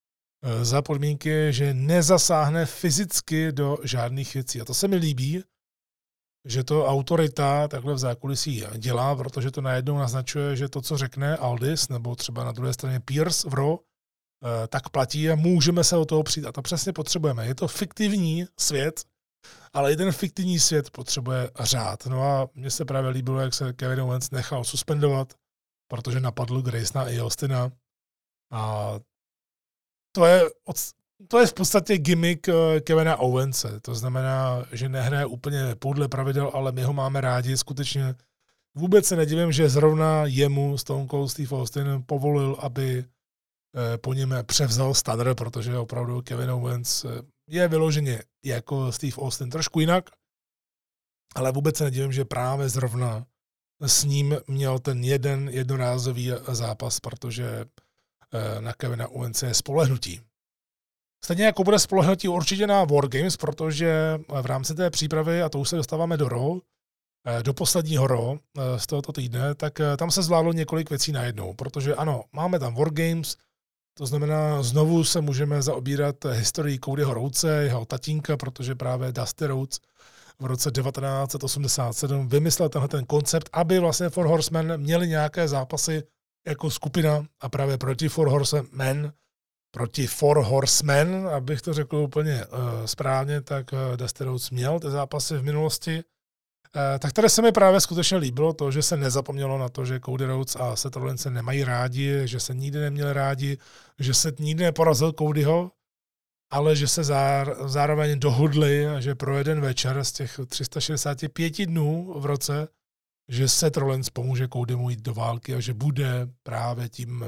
za podmínky, že nezasáhne fyzicky do žádných věcí. A to se mi líbí, že to autorita takhle v zákulisí dělá, protože to najednou naznačuje, že to, co řekne Aldis, nebo třeba na druhé straně Pierce v Raw, tak platí a můžeme se o toho přijít. A to přesně potřebujeme. Je to fiktivní svět, ale i ten fiktivní svět potřebuje řád. No a mně se právě líbilo, jak se Kevin Owens nechal suspendovat, protože napadl Graysona i Austina. A to je, to je v podstatě gimmick Kevina Owense. To znamená, že nehraje úplně podle pravidel, ale my ho máme rádi. Skutečně vůbec se nedivím, že zrovna jemu Stone Cold Steve Austin povolil, aby po něm převzal Stunner, protože opravdu Kevin Owens je vyloženě jako Steve Austin trošku jinak, ale vůbec se nedivím, že právě zrovna s ním měl ten jeden jednorázový zápas, protože na Kevina Owense je spolehnutí. Stejně jako bude spolehnutí určitě na Wargames, protože v rámci té přípravy, a to už se dostáváme do Raw, do posledního Raw z tohoto týdne, tak tam se zvládlo několik věcí najednou, protože ano, máme tam Wargames, to znamená, znovu se můžeme zaobírat historií Codyho Rhodese, jeho tatínka, protože právě Dusty Rhodes v roce devatenáct osmdesát sedm vymyslel tenhle ten koncept, aby vlastně Four Horsemen měli nějaké zápasy jako skupina a právě proti Four Horsemen, proti Four Horsemen, abych to řekl úplně uh, správně, tak uh, Dusty Rhodes měl ty zápasy v minulosti. Uh, tak tady se mi právě skutečně líbilo to, že se nezapomnělo na to, že Cody Rhodes a Seth Rollins se nemají rádi, že se nikdy neměli rádi, že se nikdy neporazil Codyho, ale že se zár, zároveň dohodli, že pro jeden večer z těch tři sta šedesát pět dnů v roce, že Seth Rollins pomůže Codymu jít do války a že bude právě tím uh,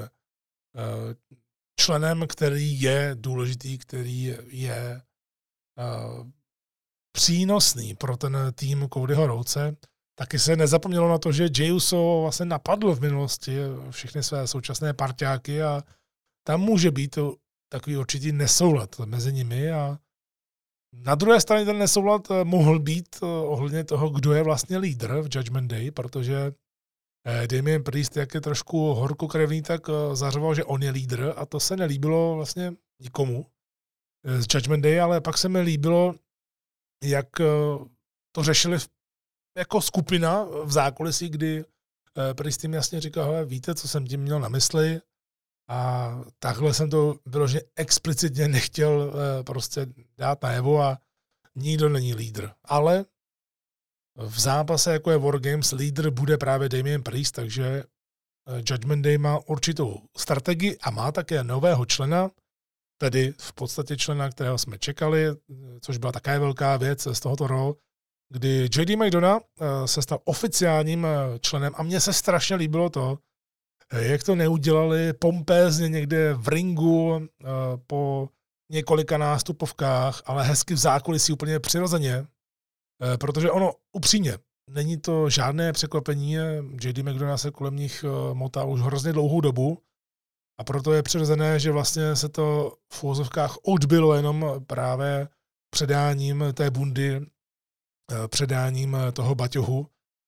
členem, který je důležitý, který je uh, přínosný pro ten tým Codyho Rhodese. Taky se nezapomnělo na to, že Jey Uso vlastně napadl v minulosti všechny své současné parťáky a tam může být takový určitý nesoulad mezi nimi a na druhé straně ten nesoulad mohl být ohledně toho, kdo je vlastně lídr v Judgment Day, protože Damien Priest, jak je trošku horkokrevný, tak zařoval, že on je lídr a to se nelíbilo vlastně nikomu z Judgment Day, ale pak se mi líbilo, jak to řešili jako skupina v zákulisí, kdy Priest jim jasně říkal, hele, víte, co jsem tím měl na mysli a takhle jsem to vyloženě explicitně nechtěl prostě dát najevo a nikdo není lídr. Ale v zápase, jako je Wargames, lídr bude právě Damien Priest, takže Judgment Day má určitou strategii a má také nového člena, tedy v podstatě člena, kterého jsme čekali, což byla také velká věc z tohoto Raw, kdy J D McDonough se stal oficiálním členem a mně se strašně líbilo to, jak to neudělali pompézně někde v ringu po několika nástupovkách, ale hezky v zákulisí úplně přirozeně, protože ono upřímně, není to žádné překvapení, J D McDonough se kolem nich motá už hrozně dlouhou dobu a proto je přirozené, že vlastně se to v uvozovkách odbylo jenom právě předáním té bundy, předáním toho baťohu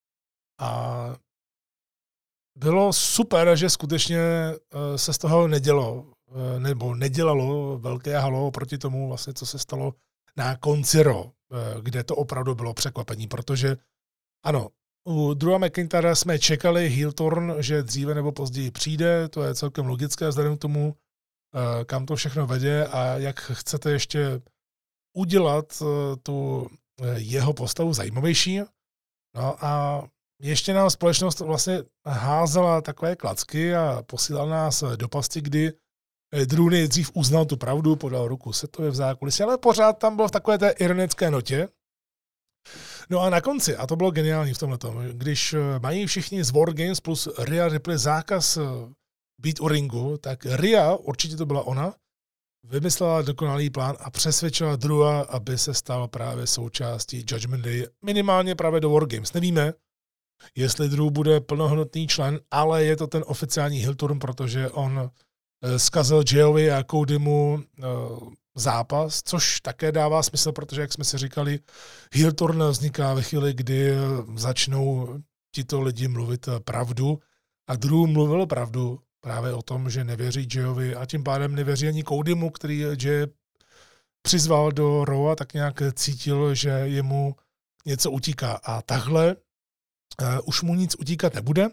a bylo super, že skutečně se z toho nedělo, nebo nedělalo velké halo proti tomu, vlastně, co se stalo na konci Raw, kde to opravdu bylo překvapení, protože ano, u Drewa McIntyra jsme čekali heel turn, že dříve nebo později přijde, to je celkem logické vzhledem k tomu, kam to všechno vede a jak chcete ještě udělat tu jeho postavu zajímavější. No a ještě nám společnost vlastně házela takové klacky a posílala nás do pasti, kdy Drew nejdřív uznal tu pravdu, podal ruku Sethovi v zákulisí, ale pořád tam byl v takové té ironické notě. No a na konci, a to bylo geniální v tomhletom, když mají všichni z Wargames plus Rhea Ripley zákaz být u ringu, tak Rhea, určitě to byla ona, vymyslela dokonalý plán a přesvědčila Drewa, aby se stal právě součástí Judgment Day, minimálně právě do Wargames. Nevíme, jestli Drew bude plnohodnotný člen, ale je to ten oficiální heel turn, protože on zkazil Jayovi a Codymu zápas, což také dává smysl, protože, jak jsme si říkali, heel turn vzniká ve chvíli, kdy začnou tito lidi mluvit pravdu a Drew mluvil pravdu právě o tom, že nevěří Jayovi a tím pádem nevěří ani Codymu, který Jay přizval do Raw a tak nějak cítil, že jemu něco utíká. A takhle uh, už mu nic utíkat nebude.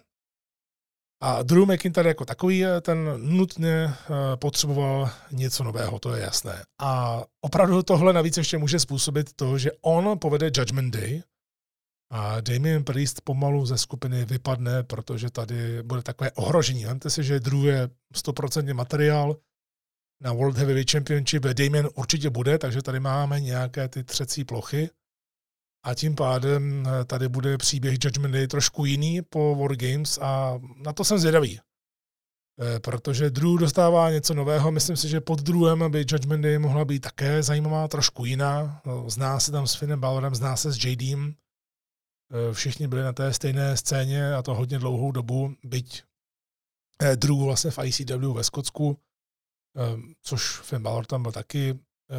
A Drew McIntyre jako takový, ten nutně uh, potřeboval něco nového, to je jasné. A opravdu tohle navíc ještě může způsobit to, že on povede Judgment Day a Damian Priest pomalu ze skupiny vypadne, protože tady bude takové ohrožení. Vemte si, že Drew je sto procent materiál na World Heavyweight Championship, Damian určitě bude, takže tady máme nějaké ty třecí plochy. A tím pádem tady bude příběh Judgment Day trošku jiný po War Games a na to jsem zvědavý. Protože Drew dostává něco nového, myslím si, že pod Drewem by Judgment Day mohla být také zajímavá, trošku jiná. Zná se tam s Finnem Balorem, zná se s J Dem. Všichni byli na té stejné scéně a to hodně dlouhou dobu, byť Drew vlastně v I C W ve Skotsku, což Finn Balor tam byl taky,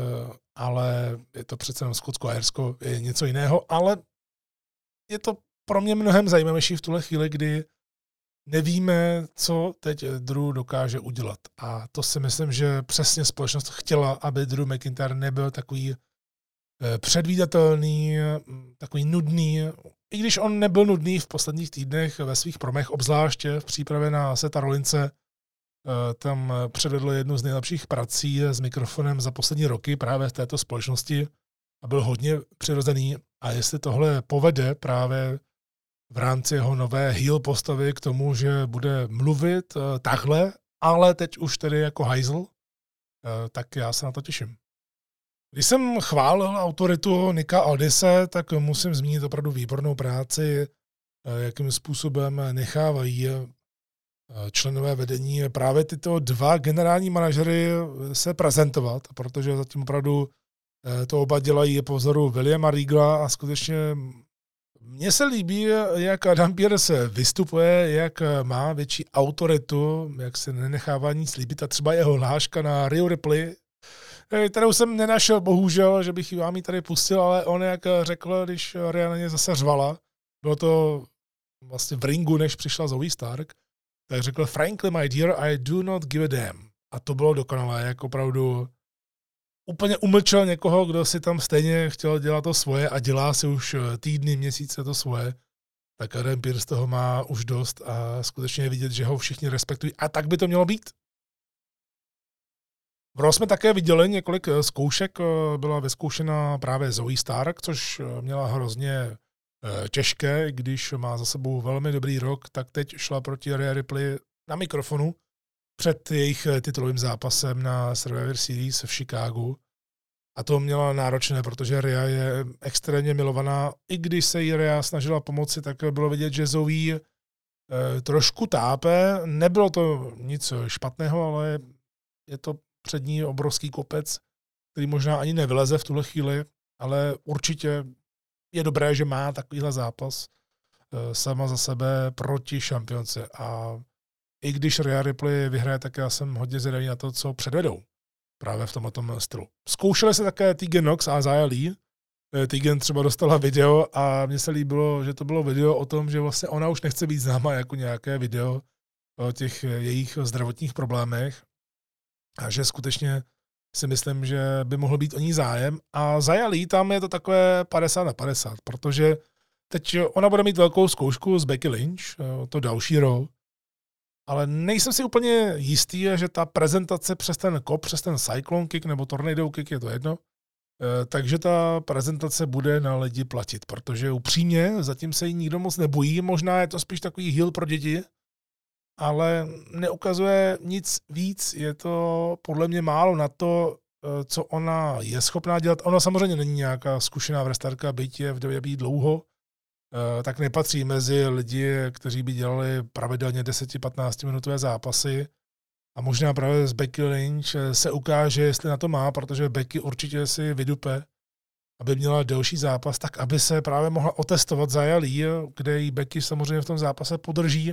ale je to přece jenom Skotsko a Irsko, je něco jiného, ale je to pro mě mnohem zajímavější v tuhle chvíli, kdy nevíme, co teď Drew dokáže udělat. A to si myslím, že přesně společnost chtěla, aby Drew McIntyre nebyl takový předvídatelný, takový nudný, i když on nebyl nudný v posledních týdnech ve svých promech, obzvláště v přípravě na Seta Rollinse, tam předvedl jednu z nejlepších prací s mikrofonem za poslední roky právě v této společnosti a byl hodně přirozený. A jestli tohle povede právě v rámci jeho nové heel postavy k tomu, že bude mluvit takhle, ale teď už tedy jako hajzl, tak já se na to těším. Když jsem chválil autoritu Nika Aldise, tak musím zmínit opravdu výbornou práci, jakým způsobem nechávají členové vedení právě tyto dva generální manažery se prezentovat, protože zatím opravdu to oba dělají po vzoru Williama Reegla a skutečně mně se líbí, jak Adam Pearce vystupuje, jak má větší autoritu, jak se nenechává nic líbit a třeba jeho hláška na Rhea Ripley, kterou jsem nenašel, bohužel, že bych vám ji tady pustil, ale on, jak řekl, když Rhea na ně zase řvala, bylo to vlastně v ringu, než přišla Zoe Stark, tak řekl, frankly, my dear, I do not give a damn. A to bylo dokonalé, jak opravdu úplně umlčel někoho, kdo si tam stejně chtěl dělat to svoje a dělá si už týdny, měsíce to svoje, tak Adam Pearce toho má už dost a skutečně je vidět, že ho všichni respektují. A tak by to mělo být. V Raw jsme také viděli několik zkoušek, byla vyzkoušena právě Zoe Stark, což měla hrozně těžké, když má za sebou velmi dobrý rok, tak teď šla proti Rhea Ripley na mikrofonu před jejich titulovým zápasem na Survivor Series v Chicagu. A to měla náročné, protože Rhea je extrémně milovaná. I když se jí Rhea snažila pomoci, tak bylo vidět, že Zoe trošku tápe. Nebylo to nic špatného, ale je to před ní obrovský kopec, který možná ani nevyleze v tuhle chvíli, ale určitě je dobré, že má takovýhle zápas sama za sebe proti šampionce. A i když Rhea Ripley vyhraje, tak já jsem hodně zvědavý na to, co předvedou právě v tomto stylu. Zkoušeli se také Tegan Nox a Xia Li. Tegan třeba dostala video a mně se líbilo, že to bylo video o tom, že vlastně ona už nechce být známa jako nějaké video o těch jejich zdravotních problémech a že skutečně si myslím, že by mohl být o ní zájem. A Xia Li, tam je to takové padesát na padesát, protože teď ona bude mít velkou zkoušku z Becky Lynch, to další Raw, ale nejsem si úplně jistý, že ta prezentace přes ten kop, přes ten cyclone kick nebo tornado kick, je to jedno, takže ta prezentace bude na lidi platit, protože upřímně zatím se jí nikdo moc nebojí, možná je to spíš takový heel pro děti, ale neukazuje nic víc, je to podle mě málo na to, co ona je schopná dělat. Ona samozřejmě není nějaká zkušená wrestlerka, byť je v W W E dlouho, tak nepatří mezi lidi, kteří by dělali pravidelně deset až patnáct minutové zápasy. A možná právě z Becky Lynch se ukáže, jestli na to má, protože Becky určitě si vydupe, aby měla delší zápas, tak aby se právě mohla otestovat Xia Li, kde jí Becky samozřejmě v tom zápase podrží.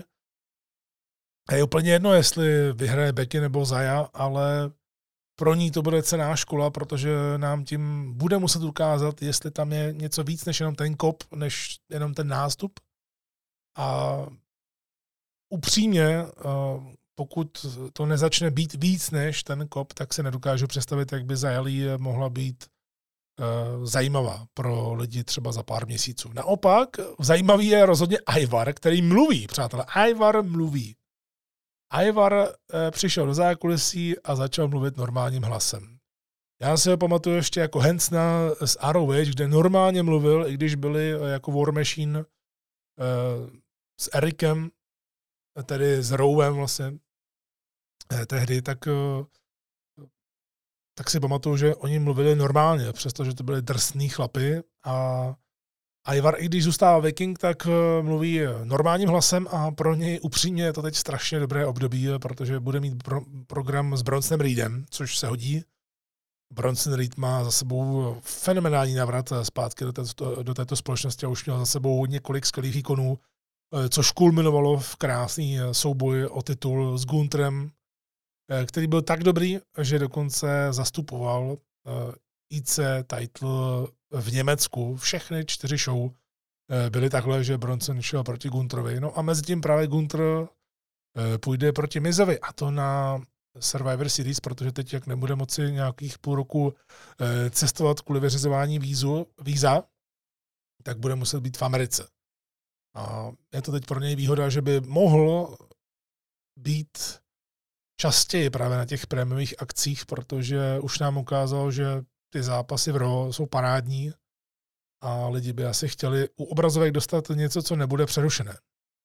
A je úplně jedno, jestli vyhraje Becky nebo Xia, ale pro ní to bude cenná škola, protože nám tím bude muset ukázat, jestli tam je něco víc než jenom ten kop, než jenom ten nástup. A upřímně, pokud to nezačne být víc než ten kop, tak se nedokážu představit, jak by Zayali mohla být uh, zajímavá pro lidi třeba za pár měsíců. Naopak, zajímavý je rozhodně Ivar, který mluví, přátelé. Ivar mluví. Ivar uh, přišel do zákulisí a začal mluvit normálním hlasem. Já si ho pamatuju ještě jako Hansna z Arrow Age, kde normálně mluvil, i když byli jako War Machine uh, s Erikem, tedy s Rowem vlastně eh, tehdy, tak, uh, tak si pamatuju, že oni mluvili normálně, přestože to byli drsný chlapy a Ivar, i když zůstává Viking, tak uh, mluví normálním hlasem a pro něj upřímně je to teď strašně dobré období, protože bude mít pro, program s Bronsonem Reedem, což se hodí. Bronson Reed má za sebou fenomenální návrat zpátky do této, do této společnosti a už měl za sebou několik skvělých výkonů, což kulminovalo v krásný souboj o titul s Gunterem, který byl tak dobrý, že dokonce zastupoval I C title v Německu. Všechny čtyři show byly takhle, že Bronson šel proti Gunterovi. No a mezi tím právě Gunter půjde proti Mizovi, a to na Survivor Series, protože teď, jak nebude moci nějakých půl roku cestovat kvůli vyřizování vízu, víza, tak bude muset být v Americe. A je to teď pro něj výhoda, že by mohl být častěji právě na těch prémiových akcích, protože už nám ukázal, že ty zápasy v Raw jsou parádní a lidi by asi chtěli u obrazovek dostat něco, co nebude přerušené.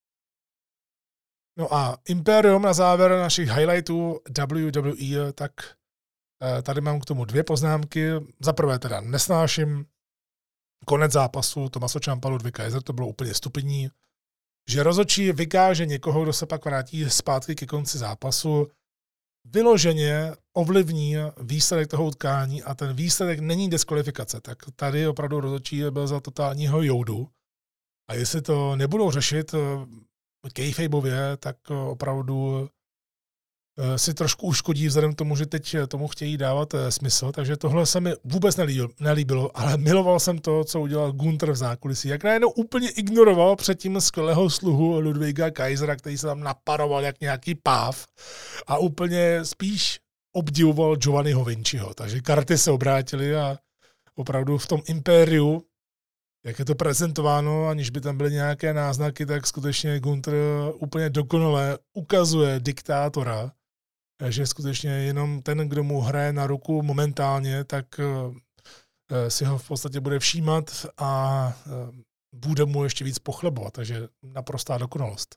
No a Imperium na závěr našich highlightů W W E, tak tady mám k tomu dvě poznámky. Za prvé teda nesnáším konec zápasu Tommaso Ciampa Ludwig Kaiser, to bylo úplně stupidní, že rozhodčí vykáže někoho, kdo se pak vrátí zpátky ke konci zápasu, vyloženě ovlivní výsledek toho utkání a ten výsledek není diskvalifikace. Tak tady opravdu rozhodčí byl za totálního joudu. A jestli to nebudou řešit kayfabově, tak opravdu si trošku uškodí vzhledem k tomu, že teď tomu chtějí dávat smysl, takže tohle se mi vůbec nelíbilo, ale miloval jsem to, co udělal Gunter v zákulisí. Jak najednou úplně ignoroval předtím skvělého sluhu Ludwiga Kaisera, který se tam naparoval jak nějaký páv a úplně spíš obdivoval Giovanniho Vinciho. Takže karty se obrátily a opravdu v tom impériu, jak je to prezentováno, aniž by tam byly nějaké náznaky, tak skutečně Gunter úplně dokonale ukazuje diktátora, že skutečně jenom ten, kdo mu hraje na ruku momentálně, tak si ho v podstatě bude všímat a bude mu ještě víc pochlebovat. Takže naprostá dokonalost.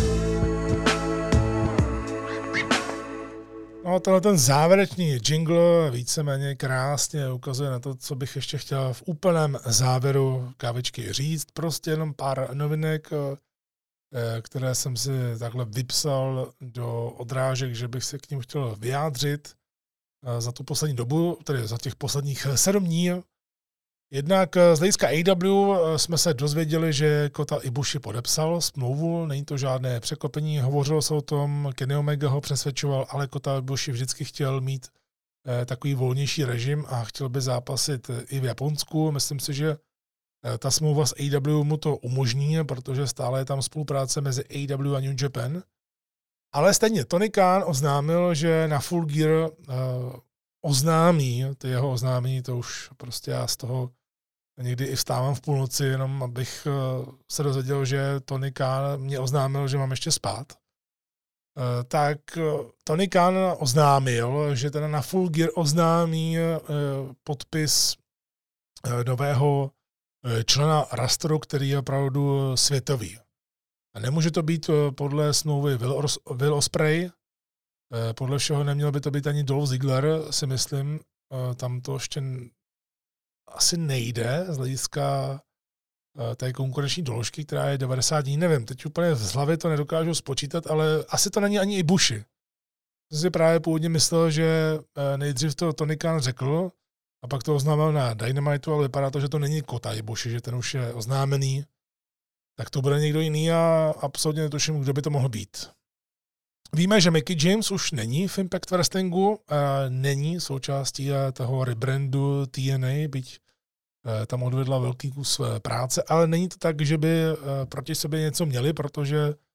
No, tenhle ten závěrečný jingle víceméně krásně ukazuje na to, co bych ještě chtěl v úplném závěru kávičky říct. Prostě jenom pár novinek, které jsem si takhle vypsal do odrážek, že bych se k ním chtěl vyjádřit za tu poslední dobu, tedy za těch posledních sedm dní. Jednak z hlediska A E W jsme se dozvěděli, že Kota Ibushi podepsal smlouvu, není to žádné překvapení, hovořilo se o tom, Kenny Omega ho přesvědčoval, ale Kota Ibushi vždycky chtěl mít takový volnější režim a chtěl by zápasit i v Japonsku. Myslím si, že ta smlouva s A E W mu to umožní, protože stále je tam spolupráce mezi A E W a New Japan. Ale stejně Tony Khan oznámil, že na Full Gear uh, oznámí, ty jeho oznámení, to už prostě já z toho někdy i vstávám v půlnoci, jenom abych uh, se dozvěděl, že Tony Khan mě oznámil, že mám ještě spát. Uh, tak uh, Tony Khan oznámil, že teda na Full Gear oznámí uh, podpis uh, nového člena rosteru, který je opravdu světový. A nemůže to být podle smlouvy Will, Os- Will Ospreay, podle všeho neměl by to být ani Dolph Ziggler, si myslím. Tam to ještě asi nejde z hlediska té konkurenční doložky, která je devadesát dní, nevím, teď úplně z hlavy to nedokážu spočítat, ale asi to není ani Ibushi. Jsem si právě původně myslel, že nejdřív to Tony Khan řekl, a pak to oznámil na Dynamitu, ale vypadá to, že to není Kota Ibushi, že ten už je oznámený. Tak to bude někdo jiný a absolutně netuším, kdo by to mohl být. Víme, že Mickie James už není v Impact Wrestlingu, není součástí toho rebrandu T N A, byť tam odvedla velký kus práce, ale není to tak, že by proti sobě něco měli, protože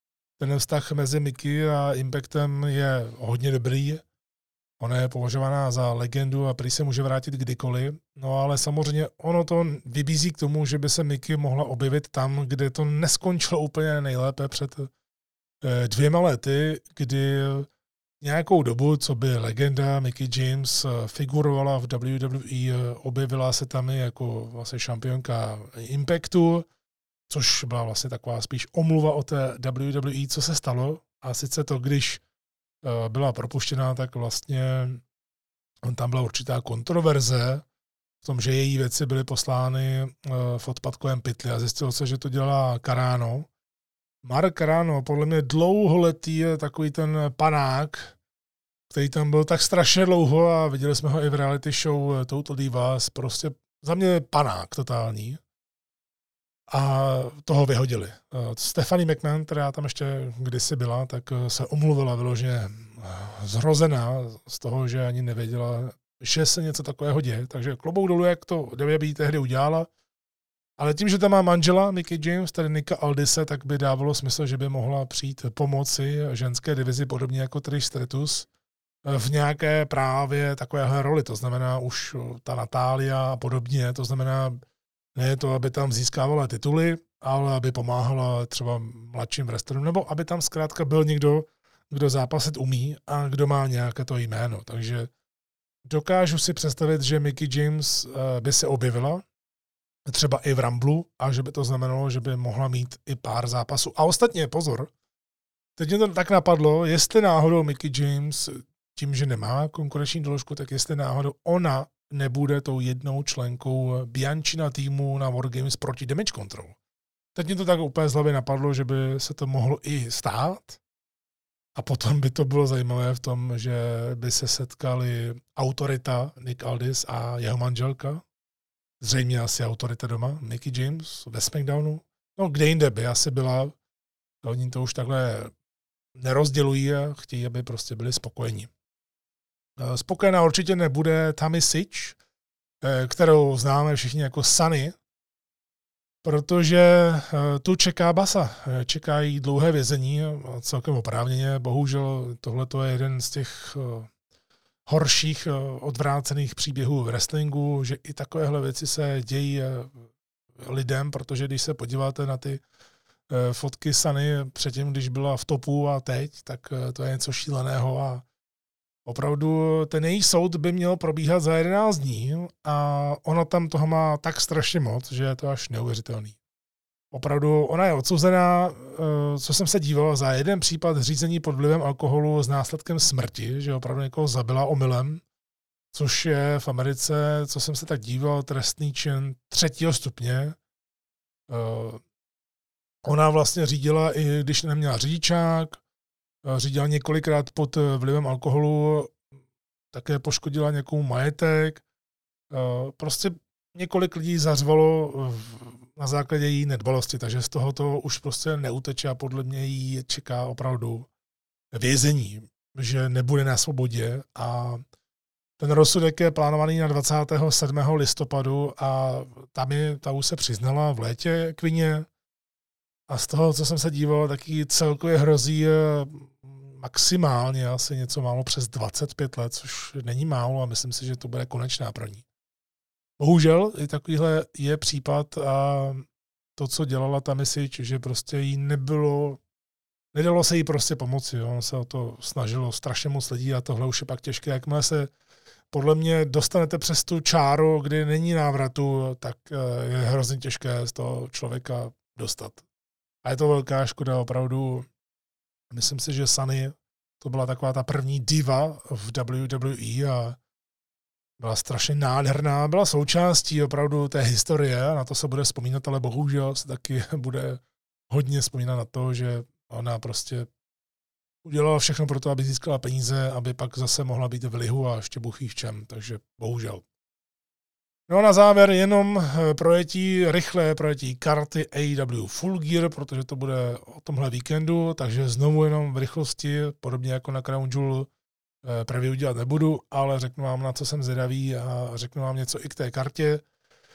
ten vztah mezi Mickey a Impactem je hodně dobrý. Ona je považovaná za legendu a prý se může vrátit kdykoliv. No ale samozřejmě ono to vybízí k tomu, že by se Mickey mohla objevit tam, kde to neskončilo úplně nejlépe před dvěma lety, kdy nějakou dobu, co by legenda Mickie James figurovala v W W E, objevila se tam i jako vlastně šampionka Impactu, což byla vlastně taková spíš omluva o té W W E, co se stalo. A sice to, když byla propuštěná, tak vlastně tam byla určitá kontroverze v tom, že její věci byly poslány v odpadkovém pytli a zjistilo se, že to dělá Carrano. Mark Carrano, podle mě dlouholetý je takový ten panák, který tam byl tak strašně dlouho a viděli jsme ho i v reality show Total Divas, prostě za mě panák totální. A toho vyhodili. Stephanie McMahon, která tam ještě kdysi byla, tak se omluvila vyloženě zhrozená z toho, že ani nevěděla, že se něco takového děje. Takže klobouk dolů, jak to W W E tehdy udělala. Ale tím, že tam má manžela Mickie James, tedy Nika Aldise, tak by dávalo smysl, že by mohla přijít pomoci ženské divizi, podobně jako Trish Stratus, v nějaké právě takovéhle roli. To znamená už ta Natália a podobně. To znamená ne to, aby tam získávala tituly, ale aby pomáhala třeba mladším wrestlerům, nebo aby tam zkrátka byl někdo, kdo zápasit umí a kdo má nějaké to jméno. Takže dokážu si představit, že Mickie James by se objevila, třeba i v Ramblu, a že by to znamenalo, že by mohla mít i pár zápasů. A ostatně, pozor, teď mě to tak napadlo, jestli náhodou Mickie James, tím, že nemá konkurenční doložku, tak jestli náhodou ona nebude tou jednou členkou Bianchina týmu na Wargames proti Damage Control. Teď mě to tak úplně z hlavy napadlo, že by se to mohlo i stát. A potom by to bylo zajímavé v tom, že by se setkali autorita Nick Aldis a jeho manželka. Zřejmě asi autorita doma, Mickie James ve SmackDownu. No, kde jinde by asi byla. Oni to už takhle nerozdělují a chtějí, aby prostě byli spokojení. Spokojená určitě nebude Tammy Sytch, kterou známe všichni jako Sunny, protože tu čeká basa. Čeká jí dlouhé vězení, celkem oprávněně. Bohužel tohle je jeden z těch horších odvrácených příběhů v wrestlingu, že i takovéhle věci se dějí lidem, protože když se podíváte na ty fotky Sunny předtím, když byla v topu a teď, tak to je něco šíleného a opravdu ten její soud by měl probíhat za jedenáct dní a ona tam toho má tak strašně moc, že je to až neuvěřitelný. Opravdu ona je odsouzená, co jsem se díval, za jeden případ řízení pod vlivem alkoholu s následkem smrti, že opravdu někoho zabila omylem, což je v Americe, co jsem se tak díval, trestný čin třetího stupně. Ona vlastně řídila, i když neměla řidičák, řídila několikrát pod vlivem alkoholu, také poškodila někomu majetek. Prostě několik lidí zařvalo na základě její nedbalosti, takže z tohoto už prostě neuteče a podle mě jí čeká opravdu vězení, že nebude na svobodě a ten rozsudek je plánovaný na dvacátého sedmého listopadu a tam je, ta už se přiznala v létě k vině a z toho, co jsem se díval, taky celkově hrozí maximálně asi něco málo přes dvacet pět let, což není málo a myslím si, že to bude konečná pro ní. Bohužel i takovýhle je případ a to, co dělala ta Sytch, že prostě jí nebylo, nedalo se jí prostě pomoci. Jo. On se o to snažilo strašně moc lidí a tohle už je pak těžké. Jakmile se podle mě dostanete přes tu čáru, kdy není návratu, tak je hrozně těžké z toho člověka dostat. A je to velká škoda opravdu. Myslím si, že Sunny to byla taková ta první diva v W W E a byla strašně nádherná, byla součástí opravdu té historie a na to se bude vzpomínat, ale bohužel se taky bude hodně vzpomínat na to, že ona prostě udělala všechno pro to, aby získala peníze, aby pak zase mohla být v lihu a ještě bůh ví v čem, takže bohužel. No a na závěr jenom projetí, rychlé projetí karty A E W Full Gear, protože to bude o tomhle víkendu, takže znovu jenom v rychlosti, podobně jako na Crown Jewel, preview dělat nebudu, ale řeknu vám, na co jsem zvědavý a řeknu vám něco i k té kartě.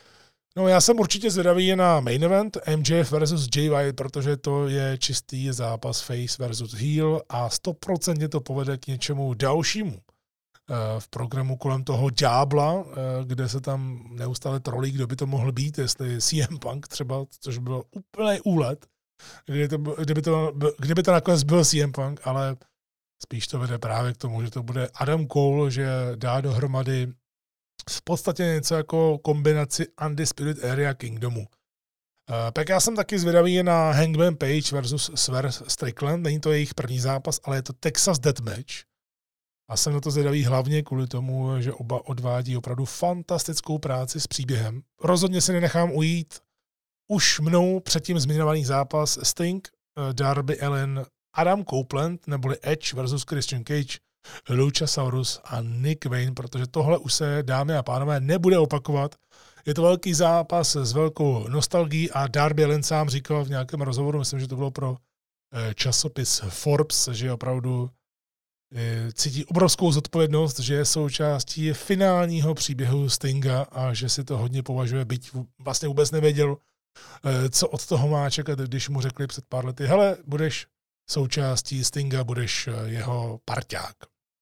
No já jsem určitě zvědavý na main event M J F versus Jay White, protože to je čistý zápas face versus heel a sto procent to povede k něčemu dalšímu v programu kolem toho ďábla, kde se tam neustále trolí, kdo by to mohl být, jestli C M Punk třeba, což byl úplný úlet, kdyby to, kdyby to, kdyby to nakonec byl C M Punk, ale spíš to vede právě k tomu, že to bude Adam Cole, že dá dohromady v podstatě něco jako kombinaci Undisputed Era Kingdomu. Uh, tak já jsem taky zvědavý na Hangman Page versus Swerve Strickland. Není to jejich první zápas, ale je to Texas Deathmatch. A jsem na to zvědavý hlavně kvůli tomu, že oba odvádí opravdu fantastickou práci s příběhem. Rozhodně si nenechám ujít už mnou předtím zmiňovaný zápas Sting, Darby Allin, Adam Copeland, neboli Edge versus Christian Cage, Luchasaurus a Nick Wayne, protože tohle už se, dámy a pánové, nebude opakovat. Je to velký zápas s velkou nostalgií a Darby Allin sám říkal v nějakém rozhovoru, myslím, že to bylo pro časopis Forbes, že opravdu cítí obrovskou zodpovědnost, že je součástí finálního příběhu Stinga a že si to hodně považuje, byť vlastně vůbec nevěděl, co od toho má čekat, když mu řekli před pár lety, hele, budeš součástí Stinga, budeš jeho parťák.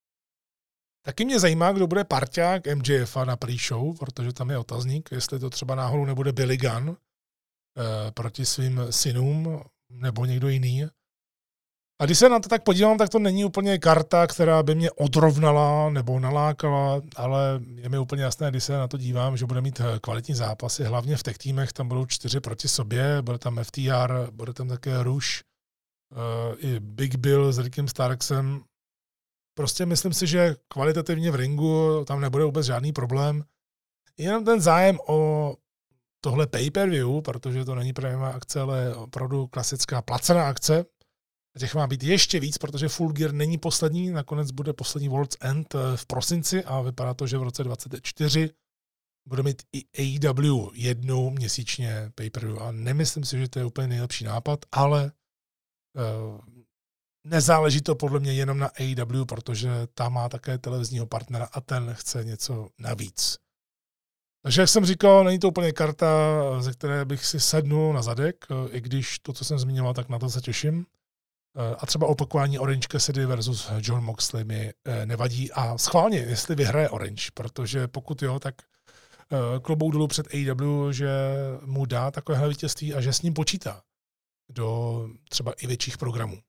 Taky mě zajímá, kdo bude parťák M J F na pre-show, protože tam je otazník, jestli to třeba náhodou nebude Billy Gunn eh, proti svým synům nebo někdo jiný. A když se na to tak podívám, tak to není úplně karta, která by mě odrovnala nebo nalákala, ale je mi úplně jasné, když se na to dívám, že bude mít kvalitní zápasy, hlavně v tech týmech, tam budou čtyři proti sobě, bude tam F T R, bude tam také Rush, uh, i Big Bill s Rickem Starksem. Prostě myslím si, že kvalitativně v ringu tam nebude vůbec žádný problém. Jenom ten zájem o tohle pay-per-view, protože to není prémiová akce, ale opravdu klasická placená akce. Těch má být ještě víc, protože Full Gear není poslední, nakonec bude poslední World's End v prosinci a vypadá to, že v roce dvacet čtyři bude mít i A E W jednou měsíčně pay-per-view a nemyslím si, že to je úplně nejlepší nápad, ale uh, nezáleží to podle mě jenom na A E W, protože ta má také televizního partnera a ten chce něco navíc. Takže jak jsem říkal, není to úplně karta, ze které bych si sednul na zadek, i když to, co jsem zmiňoval, tak na to se těším. A třeba opakování Orange Cassidy versus John Moxley mi nevadí. A schválně, jestli vyhraje Orange, protože pokud jo, tak klobouk dolů před A E W, že mu dá takovéhle vítězství a že s ním počítá do třeba i větších programů.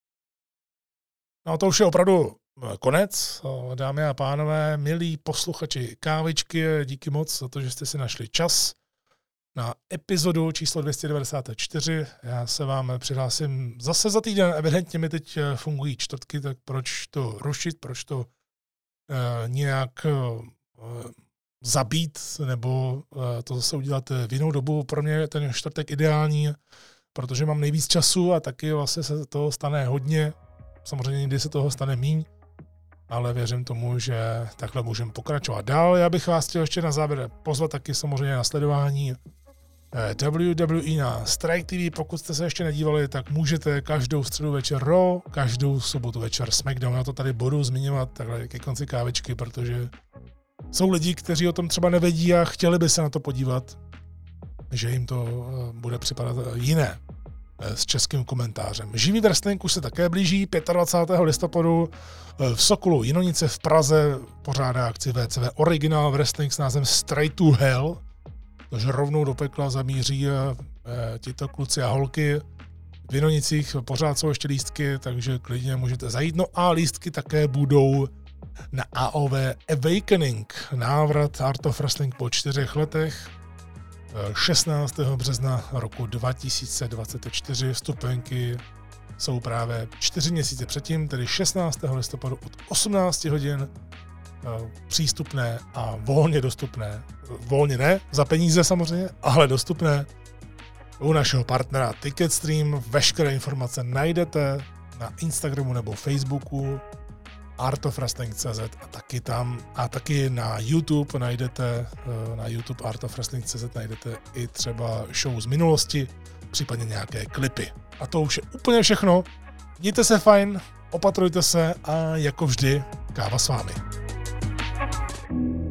No a to už je opravdu konec, dámy a pánové, milí posluchači Kávičky, díky moc za to, že jste si našli čas na epizodu číslo dvě stě devadesát čtyři. Já se vám přihlásím zase za týden, evidentně mi teď fungují čtvrtky, tak proč to rušit, proč to uh, nějak uh, zabít, nebo uh, to zase udělat v jinou dobu. Pro mě je ten čtvrtek ideální, protože mám nejvíc času a taky vlastně se toho stane hodně. Samozřejmě někdy se toho stane míň, ale věřím tomu, že takhle můžeme pokračovat dál. Já bych vás chtěl ještě na závěr pozvat taky samozřejmě na sledování W W E na Strike T V. Pokud jste se ještě nedívali, tak můžete každou středu večer Raw, každou sobotu večer SmackDown. Já to tady budu zmiňovat takhle ke konci kávičky, protože jsou lidi, kteří o tom třeba nevědí a chtěli by se na to podívat, že jim to bude připadat jiné s českým komentářem. Živý wrestling už se také blíží. dvacátého pátého listopadu v Sokolu Jinonice v Praze pořádá akci V C V Original Wrestling s názvem Straight to Hell, takže rovnou do pekla zamíří tito kluci a holky. V Jinonicích pořád jsou ještě lístky, takže klidně můžete zajít. No a lístky také budou na A O V Awakening, návrat Art of Wrestling po čtyřech letech. šestnáctého března roku dva tisíce dvacet čtyři. Vstupenky jsou právě čtyři měsíce předtím, tedy šestnáctého listopadu od osmnácti hodin, přístupné a volně dostupné. Volně ne, za peníze samozřejmě, ale dostupné u našeho partnera Ticketstream. Veškeré informace najdete na Instagramu nebo Facebooku art of wrestling tečka cé zet a taky tam a taky na YouTube najdete na YouTube art of wrestling tečka cé zet najdete i třeba show z minulosti, případně nějaké klipy. A to už je úplně všechno. Mějte se fajn, opatrujte se a jako vždy káva s vámi.